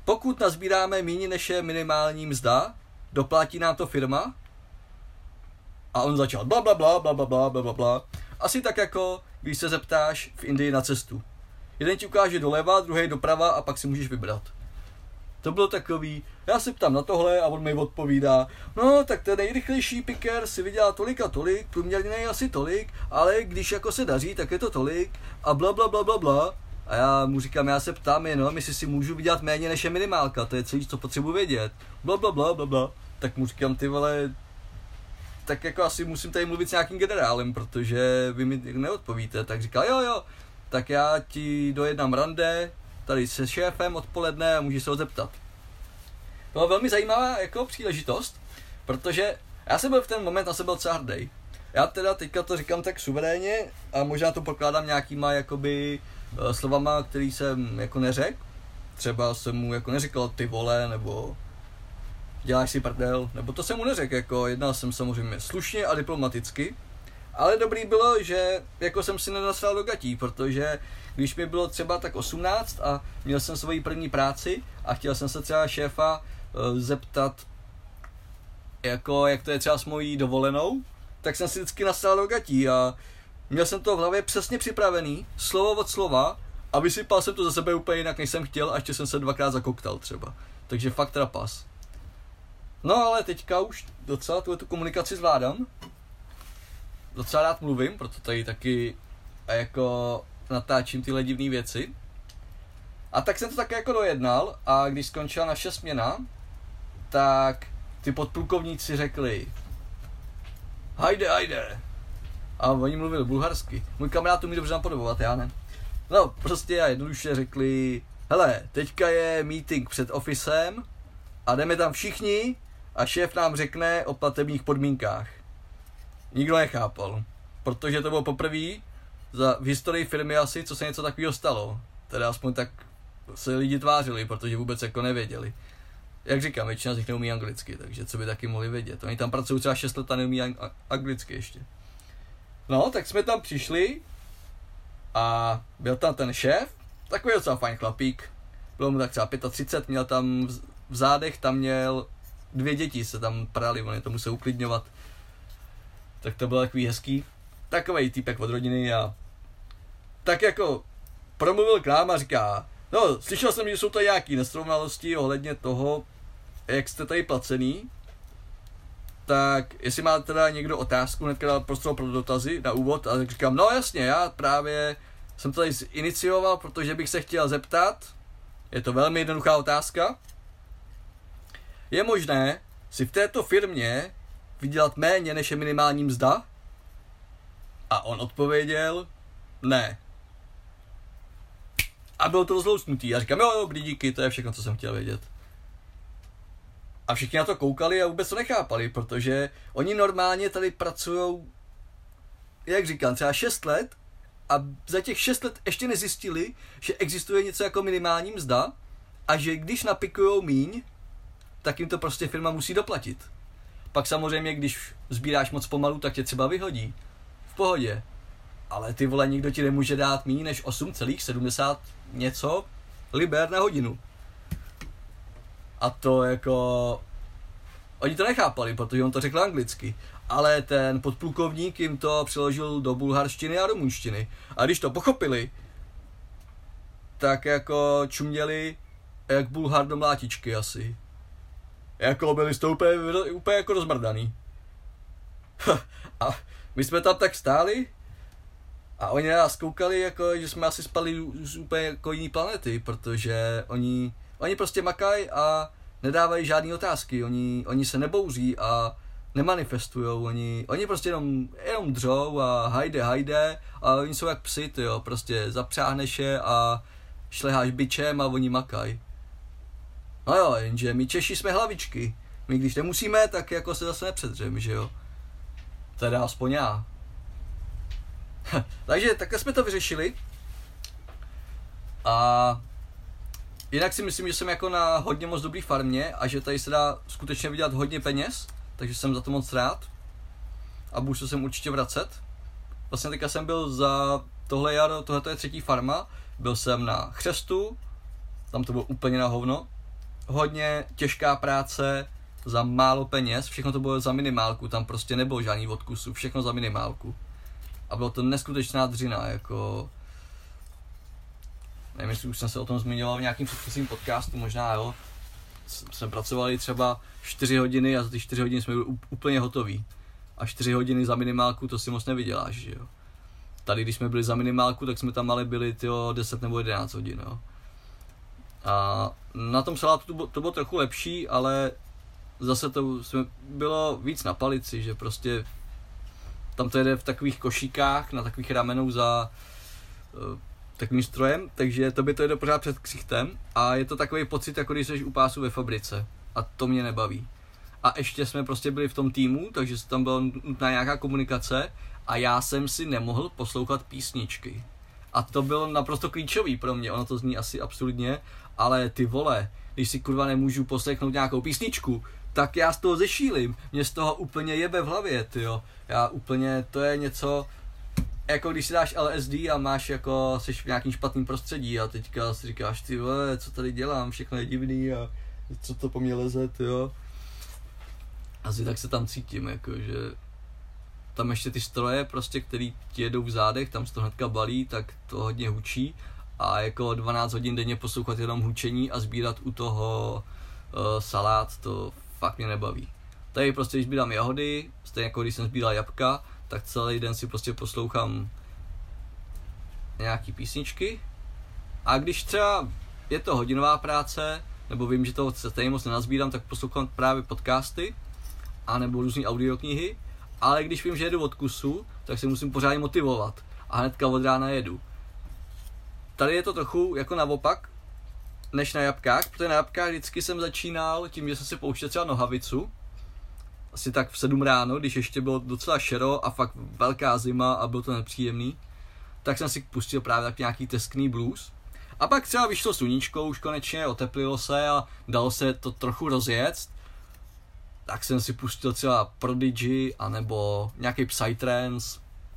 pokud nazbíráme méně než je minimální mzda, doplatí nám to firma? A on začal bla bla bla bla bla bla bla bla bla. Asi tak jako, když se zeptáš v Indii na cestu. Jeden ti ukáže doleva, druhý doprava a pak si můžeš vybrat. To bylo takový, já se ptám na tohle a on mi odpovídá, no tak ten nejrychlejší piker si vydělá tolik a tolik, průměrně asi tolik, ale když jako se daří, tak je to tolik a bla bla bla bla bla. A já mu říkám, já se ptám jenom, jestli si můžu vydělat méně než je minimálka, to je celý, co potřebuji vědět. Bla bla bla bla bla. Tak mu říkám, ty vole, tak jako asi musím tady mluvit s nějakým generálem, protože vy mi neodpovíte. Tak říká, jo, tak já ti dojednám rande, tady se šéfem odpoledne a můžeš se ho zeptat. To byla velmi zajímavá jako příležitost, protože já jsem byl v ten moment, byl docela hrdý. Já teda teďka to říkám tak suverénně a možná to pokládám nějakýma jakoby slovama, který jsem jako neřekl. Třeba jsem mu jako neříkal ty vole, nebo děláš si prdel, nebo to jsem mu neřekl, jako jednal jsem samozřejmě slušně a diplomaticky. Ale dobrý bylo, že jako jsem si nenasral do gatí, protože když mi bylo třeba tak 18 a měl jsem svoji první práci a chtěl jsem se třeba šéfa zeptat, jako jak to je třeba s mojí dovolenou, tak jsem si vždycky nasral do gatí a měl jsem to v hlavě přesně připravený, slovo od slova a vysypal jsem to za sebe úplně jinak, než jsem chtěl a ještě jsem se 2krát zakoktal třeba. Takže fakt trapas. No ale teďka už docela tu komunikaci zvládám. Docela rád mluvím, proto tady taky jako natáčím tyhle divné věci. A tak jsem to také jako dojednal a když skončila naše směna, tak ty podplukovníci řekli hajde. A oni mluvili bulharsky. Můj kamarád to umí dobře napodobovat, já ne. No, prostě a jednoduše řekli, hele, teďka je meeting před officem a jdeme tam všichni a šéf nám řekne o platebních podmínkách. Nikdo nechápal, protože to bylo poprvé v historii firmy asi, co se něco takového stalo. Teda aspoň tak se lidi tvářili, protože vůbec jako nevěděli. Jak říkám, většina z nich neumí anglicky, takže co by taky mohli vědět. Oni tam pracují třeba 6 let a neumí anglicky ještě. No, tak jsme tam přišli a byl tam ten šéf, takový docela fajn chlapík. Bylo mu tak třeba 35, měl tam v zádech, tam měl 2 děti, se tam prali, oni to museli uklidňovat. Tak to bylo takový hezký. Takovej týpek od rodiny a tak jako promluvil k nám a říká, no, slyšel jsem, že jsou tady nějaký nesrovnalosti ohledně toho, jak jste tady placený, tak jestli má teda někdo otázku, hnedka dal prostor pro dotazy na úvod a tak říkám, no jasně, já právě jsem to tady inicioval, protože bych se chtěl zeptat, je to velmi jednoduchá otázka, je možné si v této firmě vydělat méně než je minimální mzda? A on odpověděl, ne. A bylo to rozloustnutý. Já říkám, jo, dobrý, díky, to je všechno, co jsem chtěl vědět. A všichni na to koukali a vůbec to nechápali, protože oni normálně tady pracujou, jak říkám, třeba 6 let a za těch 6 let ještě nezjistili, že existuje něco jako minimální mzda a že když napikujou míň, tak jim to prostě firma musí doplatit. Pak samozřejmě, když sbíráš moc pomalu, tak tě třeba vyhodí. V pohodě. Ale ty vole, nikdo ti nemůže dát méně než 8,70 něco liber na hodinu. A to jako... Oni to nechápali, protože on to řekl anglicky. Ale ten podplukovník jim to přeložil do bulharštiny a rumunštiny. A když to pochopili, tak jako čuměli jak Bulhar do mlátičky asi. Jako byli to úplně jako rozmrdaný. A my jsme tam tak stáli a oni nás koukali, jako, že jsme asi spali z úplně jako jiný planety, protože oni prostě makají a nedávají žádné otázky, oni se nebouří a nemanifestujou, oni prostě jenom dřou a hajde a oni jsou jak psi, tyjo, prostě zapřáhneš je a šleháš bičem a oni makají. No jo, jenže my Češi jsme hlavičky. My když nemusíme, tak jako se zase nepředřeme, že jo? Teda aspoň já. Takže takhle jsme to vyřešili. A jinak si myslím, že jsem jako na hodně moc dobrý farmě a že tady se dá skutečně vydělat hodně peněz, takže jsem za to moc rád. A budu se sem určitě vracet. Vlastně teďka jsem byl za tohle jaro, tohle je 3. farma, byl jsem na Chřestu, tam to bylo úplně na hovno. hodně těžká práce za málo peněz, všechno to bylo za minimálku, tam prostě nebylo žádný odkusu, všechno za minimálku. A bylo to neskutečná dřina, jako... Nevím, jestli už jsem se o tom zmiňoval v nějakým předchozím podcastu, možná jo. Jsme pracovali třeba 4 hodiny a za ty 4 hodiny jsme byli úplně hotoví. A 4 hodiny za minimálku, to si moc nevyděláš, že jo. Tady, když jsme byli za minimálku, tak jsme tam ale byli 10 nebo 11 hodin, jo. A na tom salátu to bylo trochu lepší, ale zase to bylo víc na palici, že prostě tam to jede v takových košíkách, na takových ramenou za takovým strojem, takže to jede pořád před ksichtem a je to takový pocit, jako když jsi u pásu ve fabrice a to mě nebaví. A ještě jsme prostě byli v tom týmu, takže tam byla nutná nějaká komunikace a já jsem si nemohl poslouchat písničky. A to bylo naprosto klíčový pro mě, ono to zní asi absurdně, ale ty vole, když si kurva nemůžu poslechnout nějakou písničku, tak já z toho zešílim, mě z toho úplně jebe v hlavě, tyjo. Já úplně, to je něco, jako když si dáš LSD a máš jako, jsi v nějakým špatným prostředí a teďka si říkáš, ty vole, co tady dělám, všechno je divný a co to po mně leze, tyjo. Asi tak se tam cítím, jakože tam ještě ty stroje prostě, který ti jedou v zádech, tam se to hnedka balí, tak to hodně hučí a jako 12 hodin denně poslouchat jenom hučení a sbírat u toho salát, to fakt mě nebaví. Tady prostě, když sbírám jahody, stejně jako když jsem sbíral jabka, tak celý den si prostě poslouchám nějaký písničky a když třeba je to hodinová práce, nebo vím, že toho se stejně moc nenazbírám, tak poslouchám právě podcasty a nebo různý audioknihy, ale když vím, že jedu od kusu, tak se musím pořádně motivovat a hnedka od rána jedu. Tady je to trochu jako naopak, než na jabkách, protože na jabkách vždycky jsem začínal tím, že jsem si pouštěl třeba nohavicu, asi tak v 7 ráno, když ještě bylo docela šero a fakt velká zima a bylo to nepříjemný, tak jsem si pustil právě tak nějaký teskný blues. A pak třeba vyšlo sluníčko, už konečně oteplilo se a dalo se to trochu rozjet, tak jsem si pustil třeba Prodigy anebo nějaký Psytrance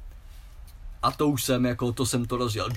a to už jsem jako, to jsem to rozjel.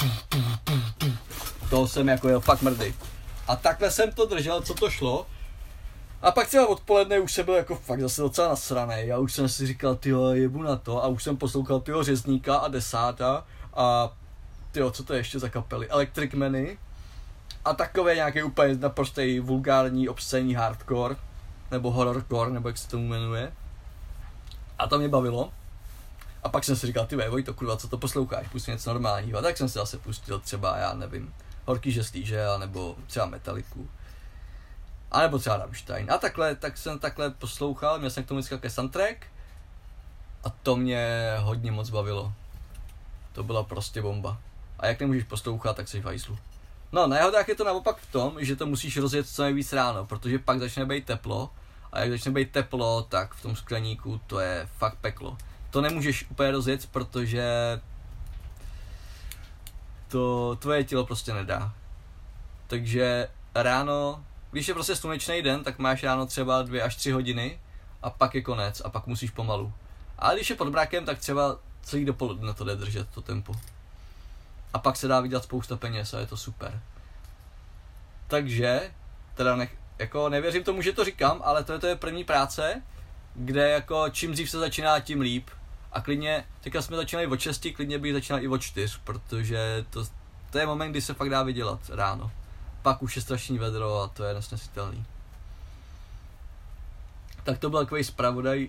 To jsem jako jel fakt mrdý. A takhle jsem to držel, co to šlo. A pak třeba odpoledne už jsem byl jako fakt zase docela nasranej. A už jsem si říkal, tyjo, jebu na to. A už jsem poslouchal tyjo Řezníka a Desáta. A tyjo, co to je ještě za kapely? Electric Many. A takové nějaké úplně naprostej vulgární, obscénní hardcore. Nebo horrorcore, nebo jak se tomu jmenuje. A to mě bavilo. A pak jsem si říkal, ty Vojto, kurva, co to posloucháš, pustí něco normálního. A tak jsem si zase pustil třeba, já nevím, Horký žestíže, nebo třeba Metaliku. A nebo třeba Rammstein. A takhle, tak jsem takhle poslouchal, měl jsem k tomu vždycky soundtrack. A to mě hodně moc bavilo. To byla prostě bomba. A jak nemůžeš poslouchat, tak jsi v hajzlu. No, na jahodách je to naopak v tom, že to musíš rozjet co nejvíc ráno, protože pak začne být teplo. A jak začne být teplo, tak v tom skleníku to je fakt peklo. To nemůžeš úplně rozjet, protože to tvoje tělo prostě nedá. Takže ráno, když je prostě slunečný den, tak máš ráno třeba 2 až 3 hodiny a pak je konec a pak musíš pomalu. A když je pod mrakem, tak třeba celý dopoledne to jde držet, to tempo. A pak se dá vydělat spousta peněz a je to super. Takže, teda jako nevěřím tomu, že to říkám, ale to je první práce, kde jako čím dřív se začíná, tím líp. A klidně, teďka jsme začínali od 6, klidně bych začínal i od 4, protože to je moment, kdy se fakt dá vydělat ráno. Pak už je strašný vedro a to je nesnesitelný. Tak to byl takový zpravodaj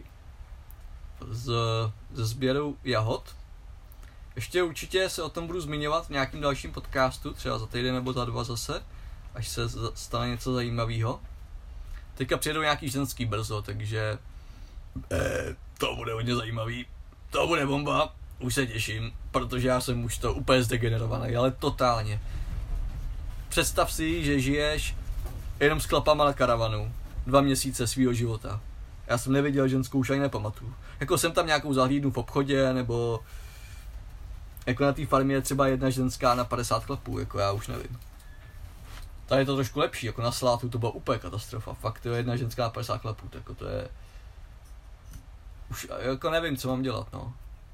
ze sběru jahod. Ještě určitě se o tom budu zmiňovat v nějakým dalším podcastu, třeba za týden nebo za 2 zase, až se stane něco zajímavého. Teďka přijedou nějaký ženský brzo, takže to bude hodně zajímavý. To bude bomba, už se těším, protože já jsem už to úplně zdegenerovaný, ale totálně. Představ si, že žiješ jenom s chlapama na karavanu 2 měsíce svýho života. Já jsem neviděl ženskou, už ani nepamatuju. Jako jsem tam nějakou zahlídnu v obchodě, nebo jako na té farmě je třeba 1 ženská na 50 chlapů, jako já už nevím. Tady je to trošku lepší, jako na Salátu to byla úplně katastrofa. Fakt to je 1 ženská na 50 chlapů, tak jako to je... Už jako nevím, co mám dělat, no.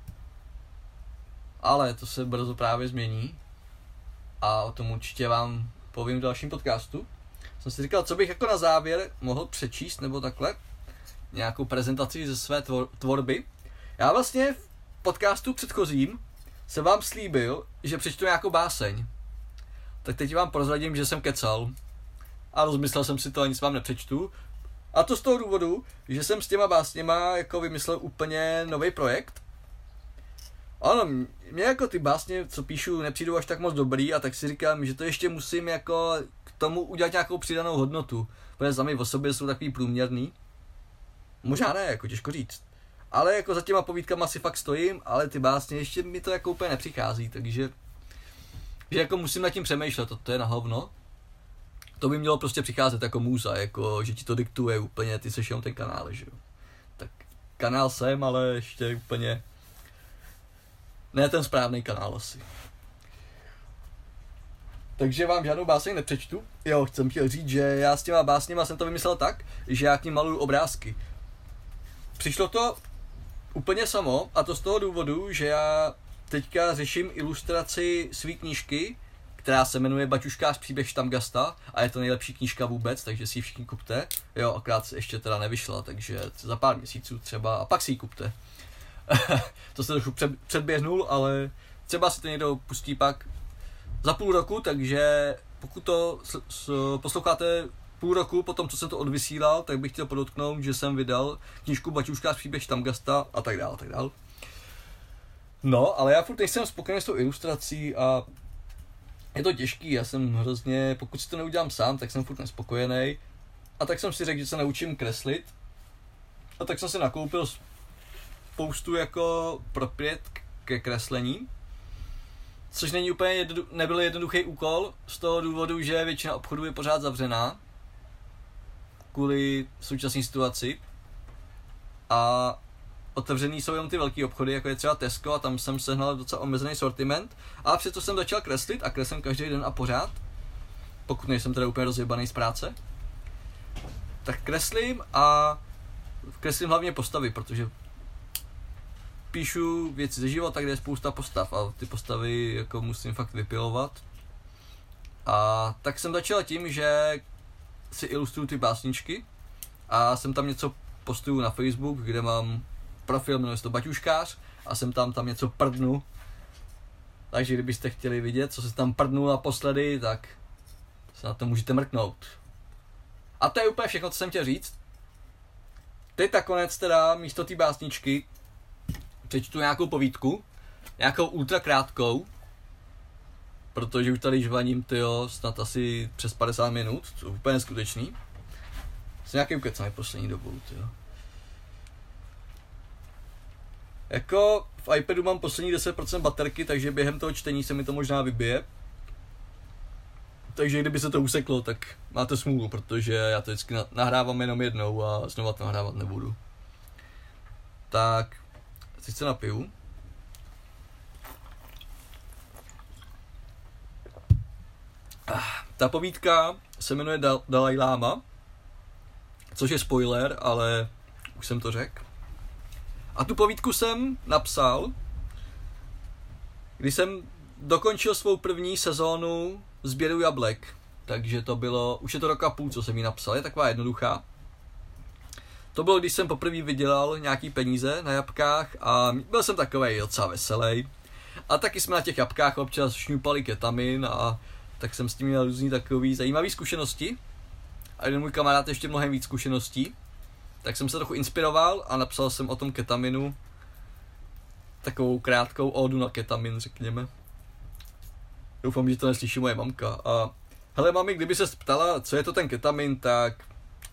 Ale to se brzo právě změní. A o tom určitě vám povím v dalším podcastu. jsem si říkal, co bych jako na závěr mohl přečíst, nebo takhle, nějakou prezentaci ze své tvorby. Já vlastně v podcastu předchozím jsem vám slíbil, že přečtu nějakou báseň. Tak teď vám prozradím, že jsem kecal. A rozmyslel jsem si to a nic vám nepřečtu. A to z toho důvodu, že jsem s těma básněma jako vymyslel úplně nový projekt. Ano, mě jako ty básně, co píšu, nepřijdou až tak moc dobrý a tak si říkám, že to ještě musím jako k tomu udělat nějakou přidanou hodnotu. Protože sami o sobě jsou takový průměrný. Možná ne, jako těžko říct. Ale jako za těma povídkama si fakt stojím, ale ty básně ještě mi to jako úplně nepřichází, takže že jako musím nad tím přemýšlet, to je na hovno. To by mělo prostě přicházet jako můza, jako že ti to diktuje úplně, ty seš jenom ten kanál, že jo. Tak kanál jsem, ale ještě úplně ne ten správný kanál asi. Takže vám žádnou báseň nepřečtu. Jo, jsem chtěl říct, že já s těma básněma jsem to vymyslel tak, že já k nim maluju obrázky. Přišlo to úplně samo, a to z toho důvodu, že já teďka řeším ilustraci své knížky, která se jmenuje Baťuškář příběh Štamgasta a je to nejlepší knížka vůbec, takže si ji všichni kupte. Jo, akorát se ještě teda nevyšla, takže za pár měsíců třeba, a pak si ji kupte. To se trochu předběhnul, ale třeba si to někdo pustí pak za půl roku, takže pokud to posloucháte půl roku po tom, co jsem to odvysílal, tak bych chtěl podotknout, že jsem vydal knížku Baťuškář příběh Štamgasta a tak dále, tak dále. No, ale já furt nejsem spokojený s tou ilustrací a je to těžký, já jsem hrozně, pokud si to neudělám sám, tak jsem furt nespokojený. A tak jsem si řekl, že se naučím kreslit. A tak jsem si nakoupil spoustu jako propriet ke kreslení. Což není úplně nebyl jednoduchý úkol, z toho důvodu, že většina obchodů je pořád zavřená. Kvůli současné situaci. A otevřený jsou jenom ty velký obchody, jako je třeba Tesco, a tam jsem sehnal docela omezený sortiment. A přesto jsem začal kreslit a kreslím každý den a pořád. Pokud nejsem teda úplně rozjebaný z práce. Tak kreslím a kreslím hlavně postavy, protože píšu věci ze života, kde je spousta postav a ty postavy jako musím fakt vypilovat. A tak jsem začal tím, že si ilustruju ty básničky a jsem tam něco postuju na Facebook, kde mám profil, jmenuje se to Baťuškář a jsem tam něco prdnu. Takže kdybyste chtěli vidět, co se tam prdnu naposledy, tak se na to můžete mrknout. A to je úplně všechno, co jsem chtěl říct. Teď nakonec teda místo té básničky přečtu nějakou povídku, nějakou ultra krátkou, protože už tady žvaním, tyjo, snad asi přes 50 minut, to je úplně neskutečný. S nějakým kecami poslední dobou, tyjo. Jako v iPadu mám poslední 10% baterky, takže během toho čtení se mi to možná vybije. Takže kdyby se to useklo, tak máte smůlu, protože já to vždycky nahrávám jenom jednou a znova to nahrávat nebudu. Tak, si se napiju. Ta povídka se jmenuje Dalaj Láma, což je spoiler, ale už jsem to řekl. A tu povídku jsem napsal, když jsem dokončil svou první sezónu sběru jablek. Takže to bylo, už je to rok a půl, co jsem ji napsal, je taková jednoduchá. To bylo, když jsem poprvé vydělal nějaký peníze na jabkách a byl jsem takovej docela veselý. A taky jsme na těch jabkách občas šňupali ketamin a tak jsem s tím měl různý takový zajímavý zkušenosti. A jeden můj kamarád ještě mnohem víc zkušeností. Tak jsem se trochu inspiroval a napsal jsem o tom ketaminu takovou krátkou ódu na ketamin, řekněme. Doufám, že to neslyší moje mamka. A hele mami, kdyby se ptala, co je to ten ketamin, tak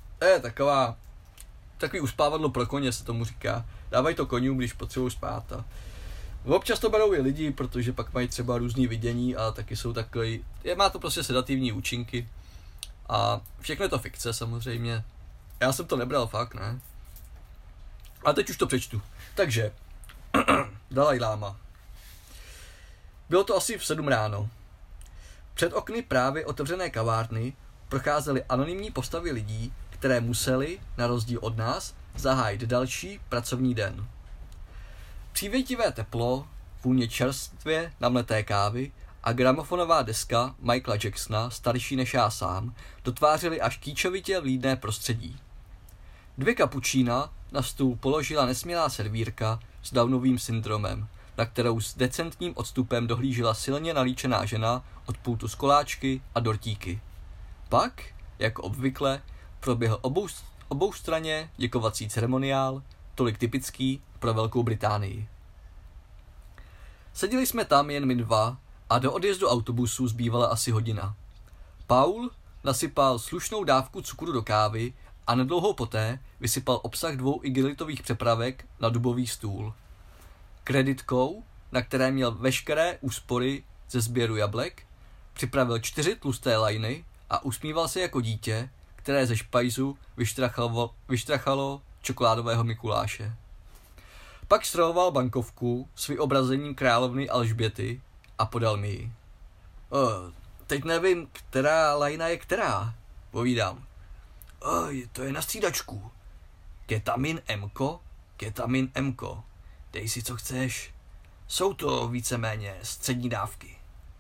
takový uspávadlo pro koně se tomu říká. Dávají to koňům, když potřebují spát. A občas to berou i lidi, protože pak mají třeba různý vidění a taky jsou takový, má to prostě sedativní účinky. A všechno je to fikce samozřejmě. Já jsem to nebral fakt, ne? A teď už to přečtu. Takže, Dalaj Láma. Bylo to asi v 7 ráno. Před okny právě otevřené kavárny procházely anonymní postavy lidí, které museli, na rozdíl od nás, zahájit další pracovní den. Přívětivé teplo, vůně čerstvě namleté kávy a gramofonová deska Michaela Jacksona, starší než já sám, dotvářely až kýčovitě vlídné prostředí. 2 kapučína na stůl položila nesmělá servírka s Downovým syndromem, na kterou s decentním odstupem dohlížela silně nalíčená žena od pultu s koláčky a dortíky. Pak, jako obvykle, proběhl oboustranně děkovací ceremoniál, tolik typický pro Velkou Británii. Seděli jsme tam jen my 2 a do odjezdu autobusu zbývala asi hodina. Paul nasypal slušnou dávku cukru do kávy a nedlouho poté vysypal obsah 2 igelitových přepravek na dubový stůl. Kreditkou, na které měl veškeré úspory ze sběru jablek, připravil 4 tlusté lajny a usmíval se jako dítě, které ze špajzu vyštrachalo čokoládového Mikuláše. Pak stravoval bankovku s vyobrazením královny Alžběty a podal mi ji. Teď nevím, která lajna je která, povídám. To je na střídačku. Ketamin Mko, ketamin Mko. Dej si, co chceš. Jsou to víceméně střední dávky.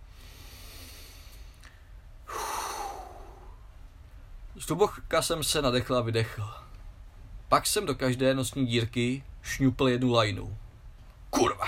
Zhluboka jsem se nadechl a vydechl. Pak jsem do každé nosní dírky šňupl 1 lajnu. Kurva!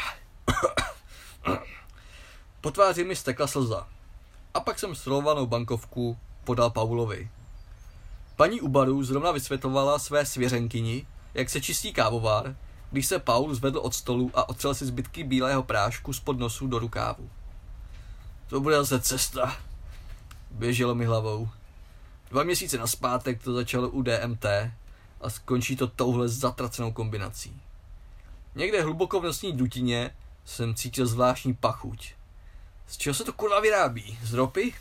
Po tváři mi stekla slza. A pak jsem strolovanou bankovku podal Paulovi. Paní u baru zrovna vysvětlovala své svěřenkyni, jak se čistí kávovár, když se Paul zvedl od stolu a otřel si zbytky bílého prášku spod nosu do rukávu. To bude zase cesta, běželo mi hlavou. 2 měsíce nazpátek to začalo u DMT a skončí to touhle zatracenou kombinací. Někde hluboko v nosní dutině jsem cítil zvláštní pachuť. Z čeho se to kurva vyrábí? Z ropy?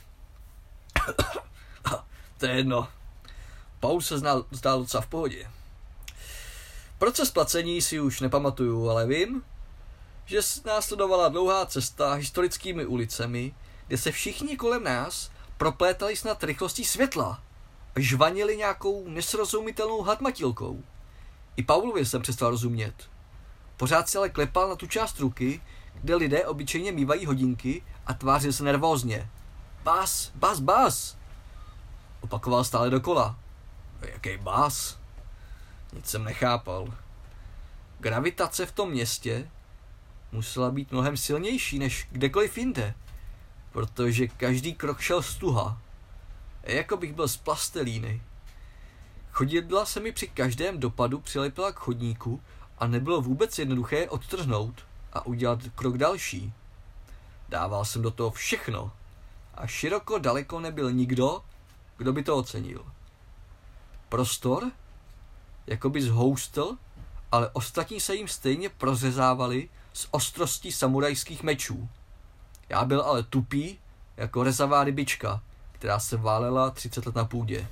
To je jedno. Paul se zdál docela v pohodě. Proces placení si už nepamatuju, ale vím, že následovala dlouhá cesta historickými ulicemi, kde se všichni kolem nás proplétali snad rychlostí světla a žvanili nějakou nesrozumitelnou hadmatilkou. I Paulovi jsem přestal rozumět. Pořád si ale klepal na tu část ruky, kde lidé obyčejně mívají hodinky a tvářil se nervózně. Bas, bas, bas! Opakoval stále dokola. Jaký bas? Nic jsem nechápal. Gravitace v tom městě musela být mnohem silnější než kdekoliv jinde, protože každý krok šel stuha. Jako bych byl z plastelíny. Chodidla se mi při každém dopadu přilepila k chodníku a nebylo vůbec jednoduché odtrhnout a udělat krok další. Dával jsem do toho všechno a široko daleko nebyl nikdo, kdo by to ocenil. Prostor jakoby zhoustl, ale ostatní se jim stejně prozřezávali s ostrostí samurajských mečů. Já byl ale tupý jako rezavá rybička, která se válela 30 let na půdě.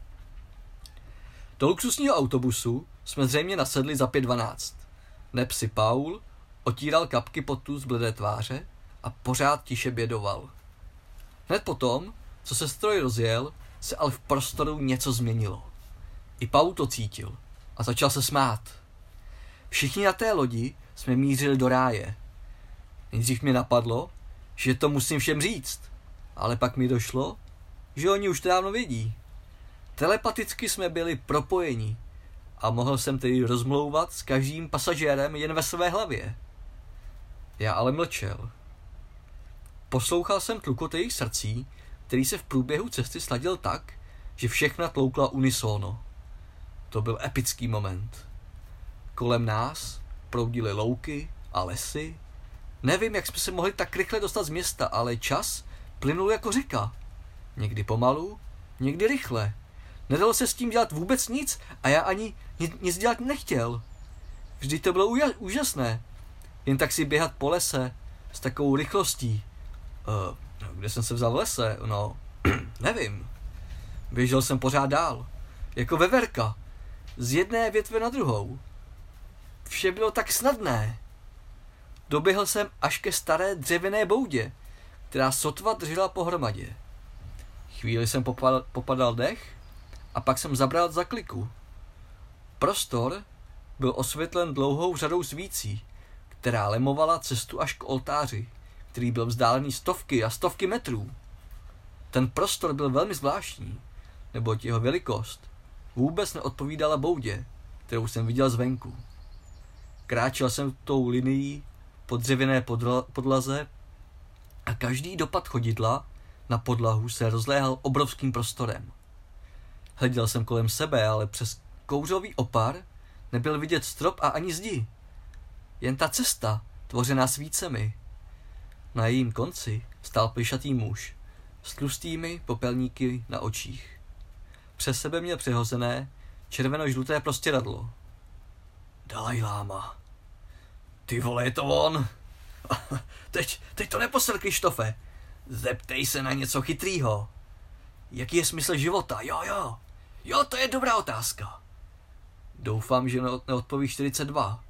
Do luxusního autobusu jsme zřejmě nasedli za 5:12. Neb si Paul otíral kapky potu z bledé tváře a pořád tiše bědoval. Hned potom, co se stroj rozjel, se ale v prostoru něco změnilo. I Paul to cítil a začal se smát. Všichni na té lodi jsme mířili do ráje. Nejdřív mě napadlo, že to musím všem říct, ale pak mi došlo, že oni už to dávno vědí. Telepaticky jsme byli propojeni a mohl jsem tedy rozmlouvat s každým pasažérem jen ve své hlavě. Já ale mlčel. Poslouchal jsem tlukot jejich srdcí, který se v průběhu cesty sladil tak, že všechna tloukla unisono. To byl epický moment. Kolem nás proudily louky a lesy. Nevím, jak jsme se mohli tak rychle dostat z města, ale čas plynul jako řeka. Někdy pomalu, někdy rychle. Nedalo se s tím dělat vůbec nic a já ani nic dělat nechtěl. Vždyť to bylo úžasné. Jen tak si běhat po lese s takovou rychlostí. Kde jsem se vzal v lese? No, nevím. Běžel jsem pořád dál. Jako veverka. Z jedné větve na druhou. Vše bylo tak snadné. Doběhl jsem až ke staré dřevěné boudě, která sotva držela pohromadě. Chvíli jsem popadal dech a pak jsem zabral za kliku. Prostor byl osvětlen dlouhou řadou svící, která lemovala cestu až k oltáři, který byl vzdálený stovky a stovky metrů. Ten prostor byl velmi zvláštní, neboť jeho velikost vůbec neodpovídala boudě, kterou jsem viděl zvenku. Kráčel jsem tou linií po dřevěné podlaze a každý dopad chodidla na podlahu se rozléhal obrovským prostorem. Hleděl jsem kolem sebe, ale přes kouřový opar nebyl vidět strop a ani zdi. Jen ta cesta, tvořená svícemi. Na jejím konci stál plišatý muž s tlustými popelníky na očích. Přes sebe měl přehozené červeno-žluté prostěradlo. Dalaj Láma. Ty vole, je to on. teď to neposel, Krištofe. Zeptej se na něco chytrýho. Jaký je smysl života? Jo, to je dobrá otázka. Doufám, že neodpoví 42.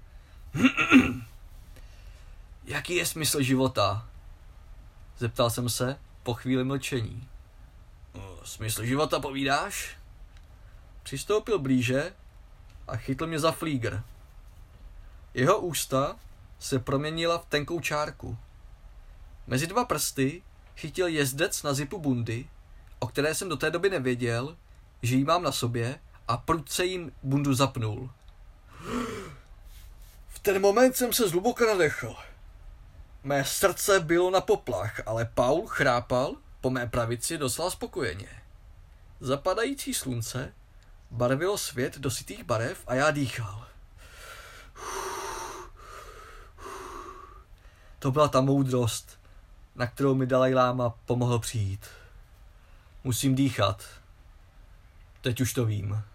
Jaký je smysl života? Zeptal jsem se po chvíli mlčení. Smysl života povídáš? Přistoupil blíže a chytl mě za flígr. Jeho ústa se proměnila v tenkou čárku. Mezi dva prsty chytil jezdec na zipu bundy, o které jsem do té doby nevěděl, že ji mám na sobě, a prudce jim bundu zapnul. V ten moment jsem se zhluboka nadechl. Mé srdce bylo na poplach, ale Paul chrápal po mé pravici docela spokojeně. Zapadající slunce barvilo svět do sytých barev a já dýchal. To byla ta moudrost, na kterou mi Dalaj Láma pomohl přijít. Musím dýchat. Teď už to vím.